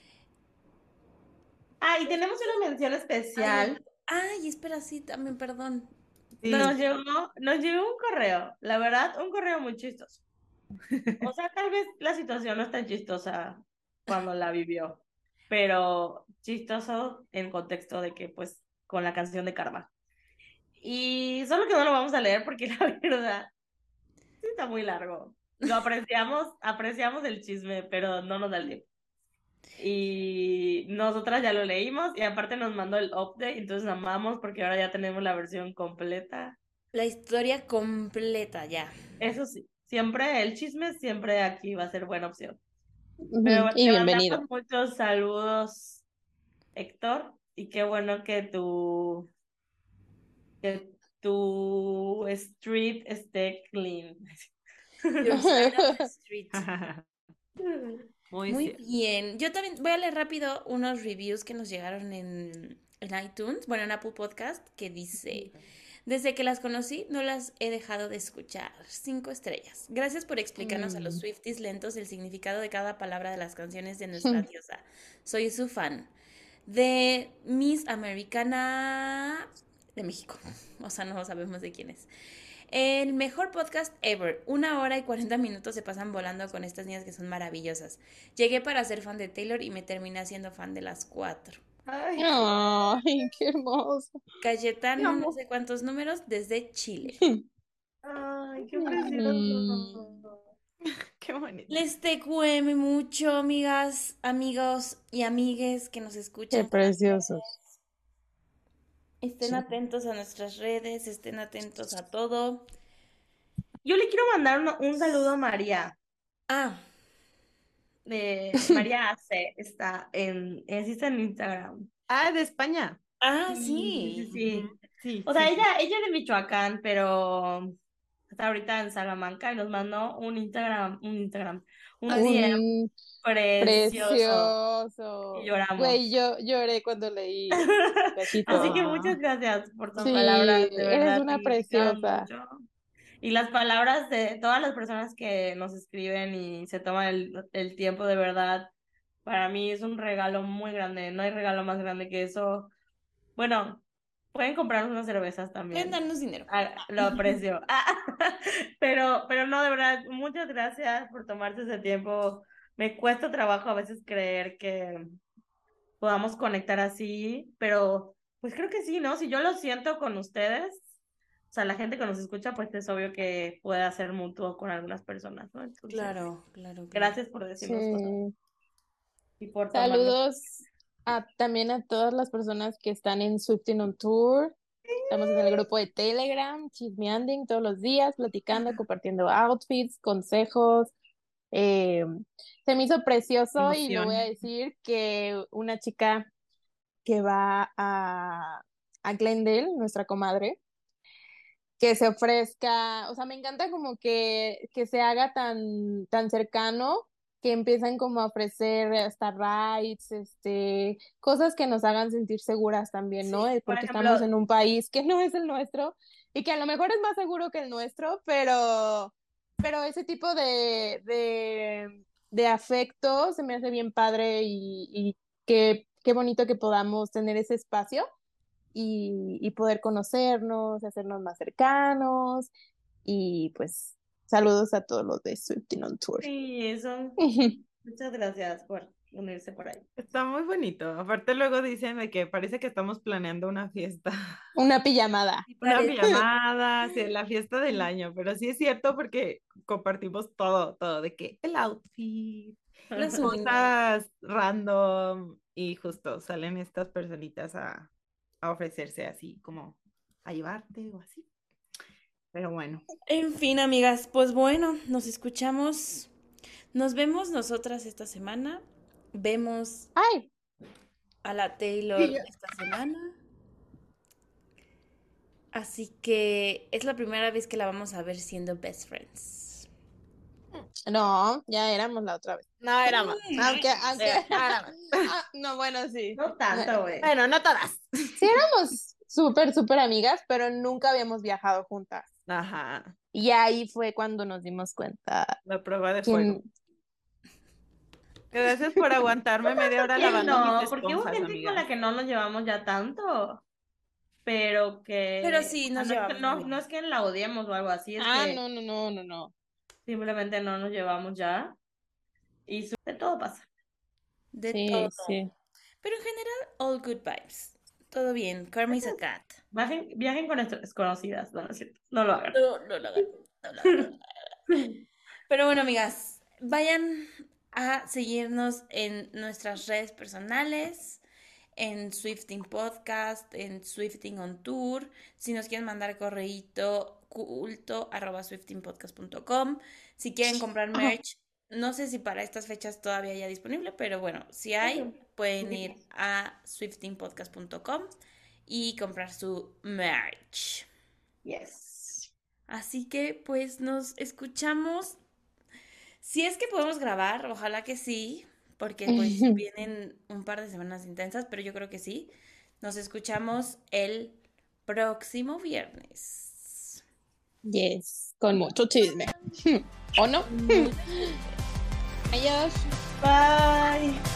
Ah, y tenemos una mención especial. Ay, espera, sí, también, perdón. sí. Nos llegó, nos llegó un correo, la verdad, un correo muy chistoso. O sea, tal vez la situación no es tan chistosa cuando la vivió, pero chistoso en contexto de que, pues, con la canción de Karma. Y solo que no lo vamos a leer porque la verdad, sí está muy largo. Lo apreciamos, apreciamos el chisme, pero no nos da el tiempo. Y nosotras ya lo leímos y aparte nos mandó el update, entonces amamos porque ahora ya tenemos la versión completa. La historia completa ya. Eso sí, siempre el chisme siempre aquí va a ser buena opción. Ujú, Pero y te bienvenido. mandamos muchos saludos, Héctor, y qué bueno que tu, que tu street esté clean. Your side of the street. Muy Muy cierto. bien. Yo también voy a leer rápido unos reviews que nos llegaron en, en iTunes, bueno, en Apple Podcast, que dice, desde que las conocí no las he dejado de escuchar. Cinco estrellas. Gracias por explicarnos a los Mm. Swifties lentos el significado de cada palabra de las canciones de nuestra diosa. Soy su fan. De Miss Americana de México. O sea, no sabemos de quién es. El mejor podcast ever. Una hora y cuarenta minutos se pasan volando con estas niñas que son maravillosas. Llegué para ser fan de Taylor y me terminé siendo fan de las cuatro. Ay, Ay, qué hermoso. Cayetano, no sé cuántos números, desde Chile. ay, qué Mm. precioso. Qué bonito. Les te cueme mucho, amigas, amigos y amigues que nos Qué escuchan. preciosos. Estén Sí. atentos a nuestras redes, estén atentos a todo. Yo le quiero mandar un, un saludo a María. Ah, De María Ace, está en, existe en Instagram. Ah, de España. ah, Sí, sí, sí. sí. Ujú. Sí, O sea, sí, ella, ella es de Michoacán, pero está ahorita en Salamanca y nos mandó un Instagram, un Instagram, un Así. D M Un precioso y precioso. lloramos. Güey, yo lloré cuando leí el cachito. Así que Ah. muchas gracias por tus Sí, palabras, de eres verdad, una significaron preciosa. mucho. Y las palabras de todas las personas que nos escriben y se toman el, el tiempo de verdad, para mí es un regalo muy grande. No hay regalo más grande que eso. Bueno, pueden comprarnos unas cervezas Pueden también. darnos dinero. Ah, lo aprecio. Ah, pero, pero no, de verdad, muchas gracias por tomarse ese tiempo. Me cuesta trabajo a veces creer que podamos conectar así, pero pues creo que sí, ¿no? Si yo lo siento con ustedes, o sea, la gente que nos escucha, pues es obvio que puede ser mutuo con algunas personas, ¿no? Entonces, Claro, claro, claro. gracias por decirnos cosas Sí. y por tomarnos. Saludos a, también a todas las personas que están en Swifting on Tour. Estamos en el grupo de Telegram, chismeanding todos los días, platicando, compartiendo outfits, consejos. Eh, se me hizo precioso y lo voy a Emoción. decir que una chica que va a, a Glendale, nuestra comadre, que se ofrezca, o sea, me encanta como que, que se haga tan, tan cercano, que empiezan como a ofrecer hasta rides, este, cosas que nos hagan sentir seguras también, ¿no? Sí, Eh, por Porque ejemplo, estamos en un país que no es el nuestro y que a lo mejor es más seguro que el nuestro, pero, pero ese tipo de, de, de afecto se me hace bien padre y, y qué, qué bonito que podamos tener ese espacio y, y poder conocernos, hacernos más cercanos y pues saludos a todos los de Swifting on Tour. sí, eso. Muchas gracias por unirse por ahí. Está muy bonito. Aparte luego dicen de que parece que estamos planeando una fiesta. Una pijamada. Una Parece- pijamada, sí, la fiesta del año, pero sí es cierto porque compartimos todo, todo, de que el outfit, Las uñas. cosas random y justo salen estas personitas a, a ofrecerse así como a llevarte o así. Pero bueno, En fin, amigas, pues bueno, nos escuchamos. Nos vemos nosotras esta semana. Vemos Ay, a la Taylor Sí, yo- esta semana. Así que es la primera vez que la vamos a ver siendo best friends. no, ya éramos la otra vez. No, éramos. Aunque, aunque. Eh, Ah, no, bueno, sí. No tanto, güey. bueno, no todas. Sí, éramos súper, súper amigas, pero nunca habíamos viajado juntas. Ajá, Y ahí fue cuando nos dimos cuenta la prueba de fuego. quién. Gracias por aguantarme media hora ¿Quién lavando no? mis Porque hubo esponjas, gente con la amigas. que no nos llevamos ya tanto, pero que... Pero sí, o sea, nos no, es que, llevamos no, muy bien. no es que la odiemos o algo así, es Ah, que no, no, no, no, no. simplemente no nos llevamos ya y su- de todo pasa. De Sí, todo. sí. Pero en general, all good vibes. Todo bien. Karma's a cat. Viajen, viajen con nuestras desconocidas, no, no es cierto, no lo hagan. No, no lo hagan. No lo hagan. Pero bueno, amigas, vayan a seguirnos en nuestras redes personales, en Swifting Podcast, en Swifting on Tour. Si nos quieren mandar correíto, culto arroba swiftingpodcast punto com. Si quieren comprar merch, no sé si para estas fechas todavía haya disponible, pero bueno, si hay, pueden ir a swiftingpodcast punto com y comprar su merch. Yes. Así que pues nos escuchamos. Si es que podemos grabar, ojalá que sí, porque pues vienen un par de semanas intensas, pero yo creo que sí. Nos escuchamos el próximo viernes. Yes, con mucho chisme. ¿O no? Adiós. Bye.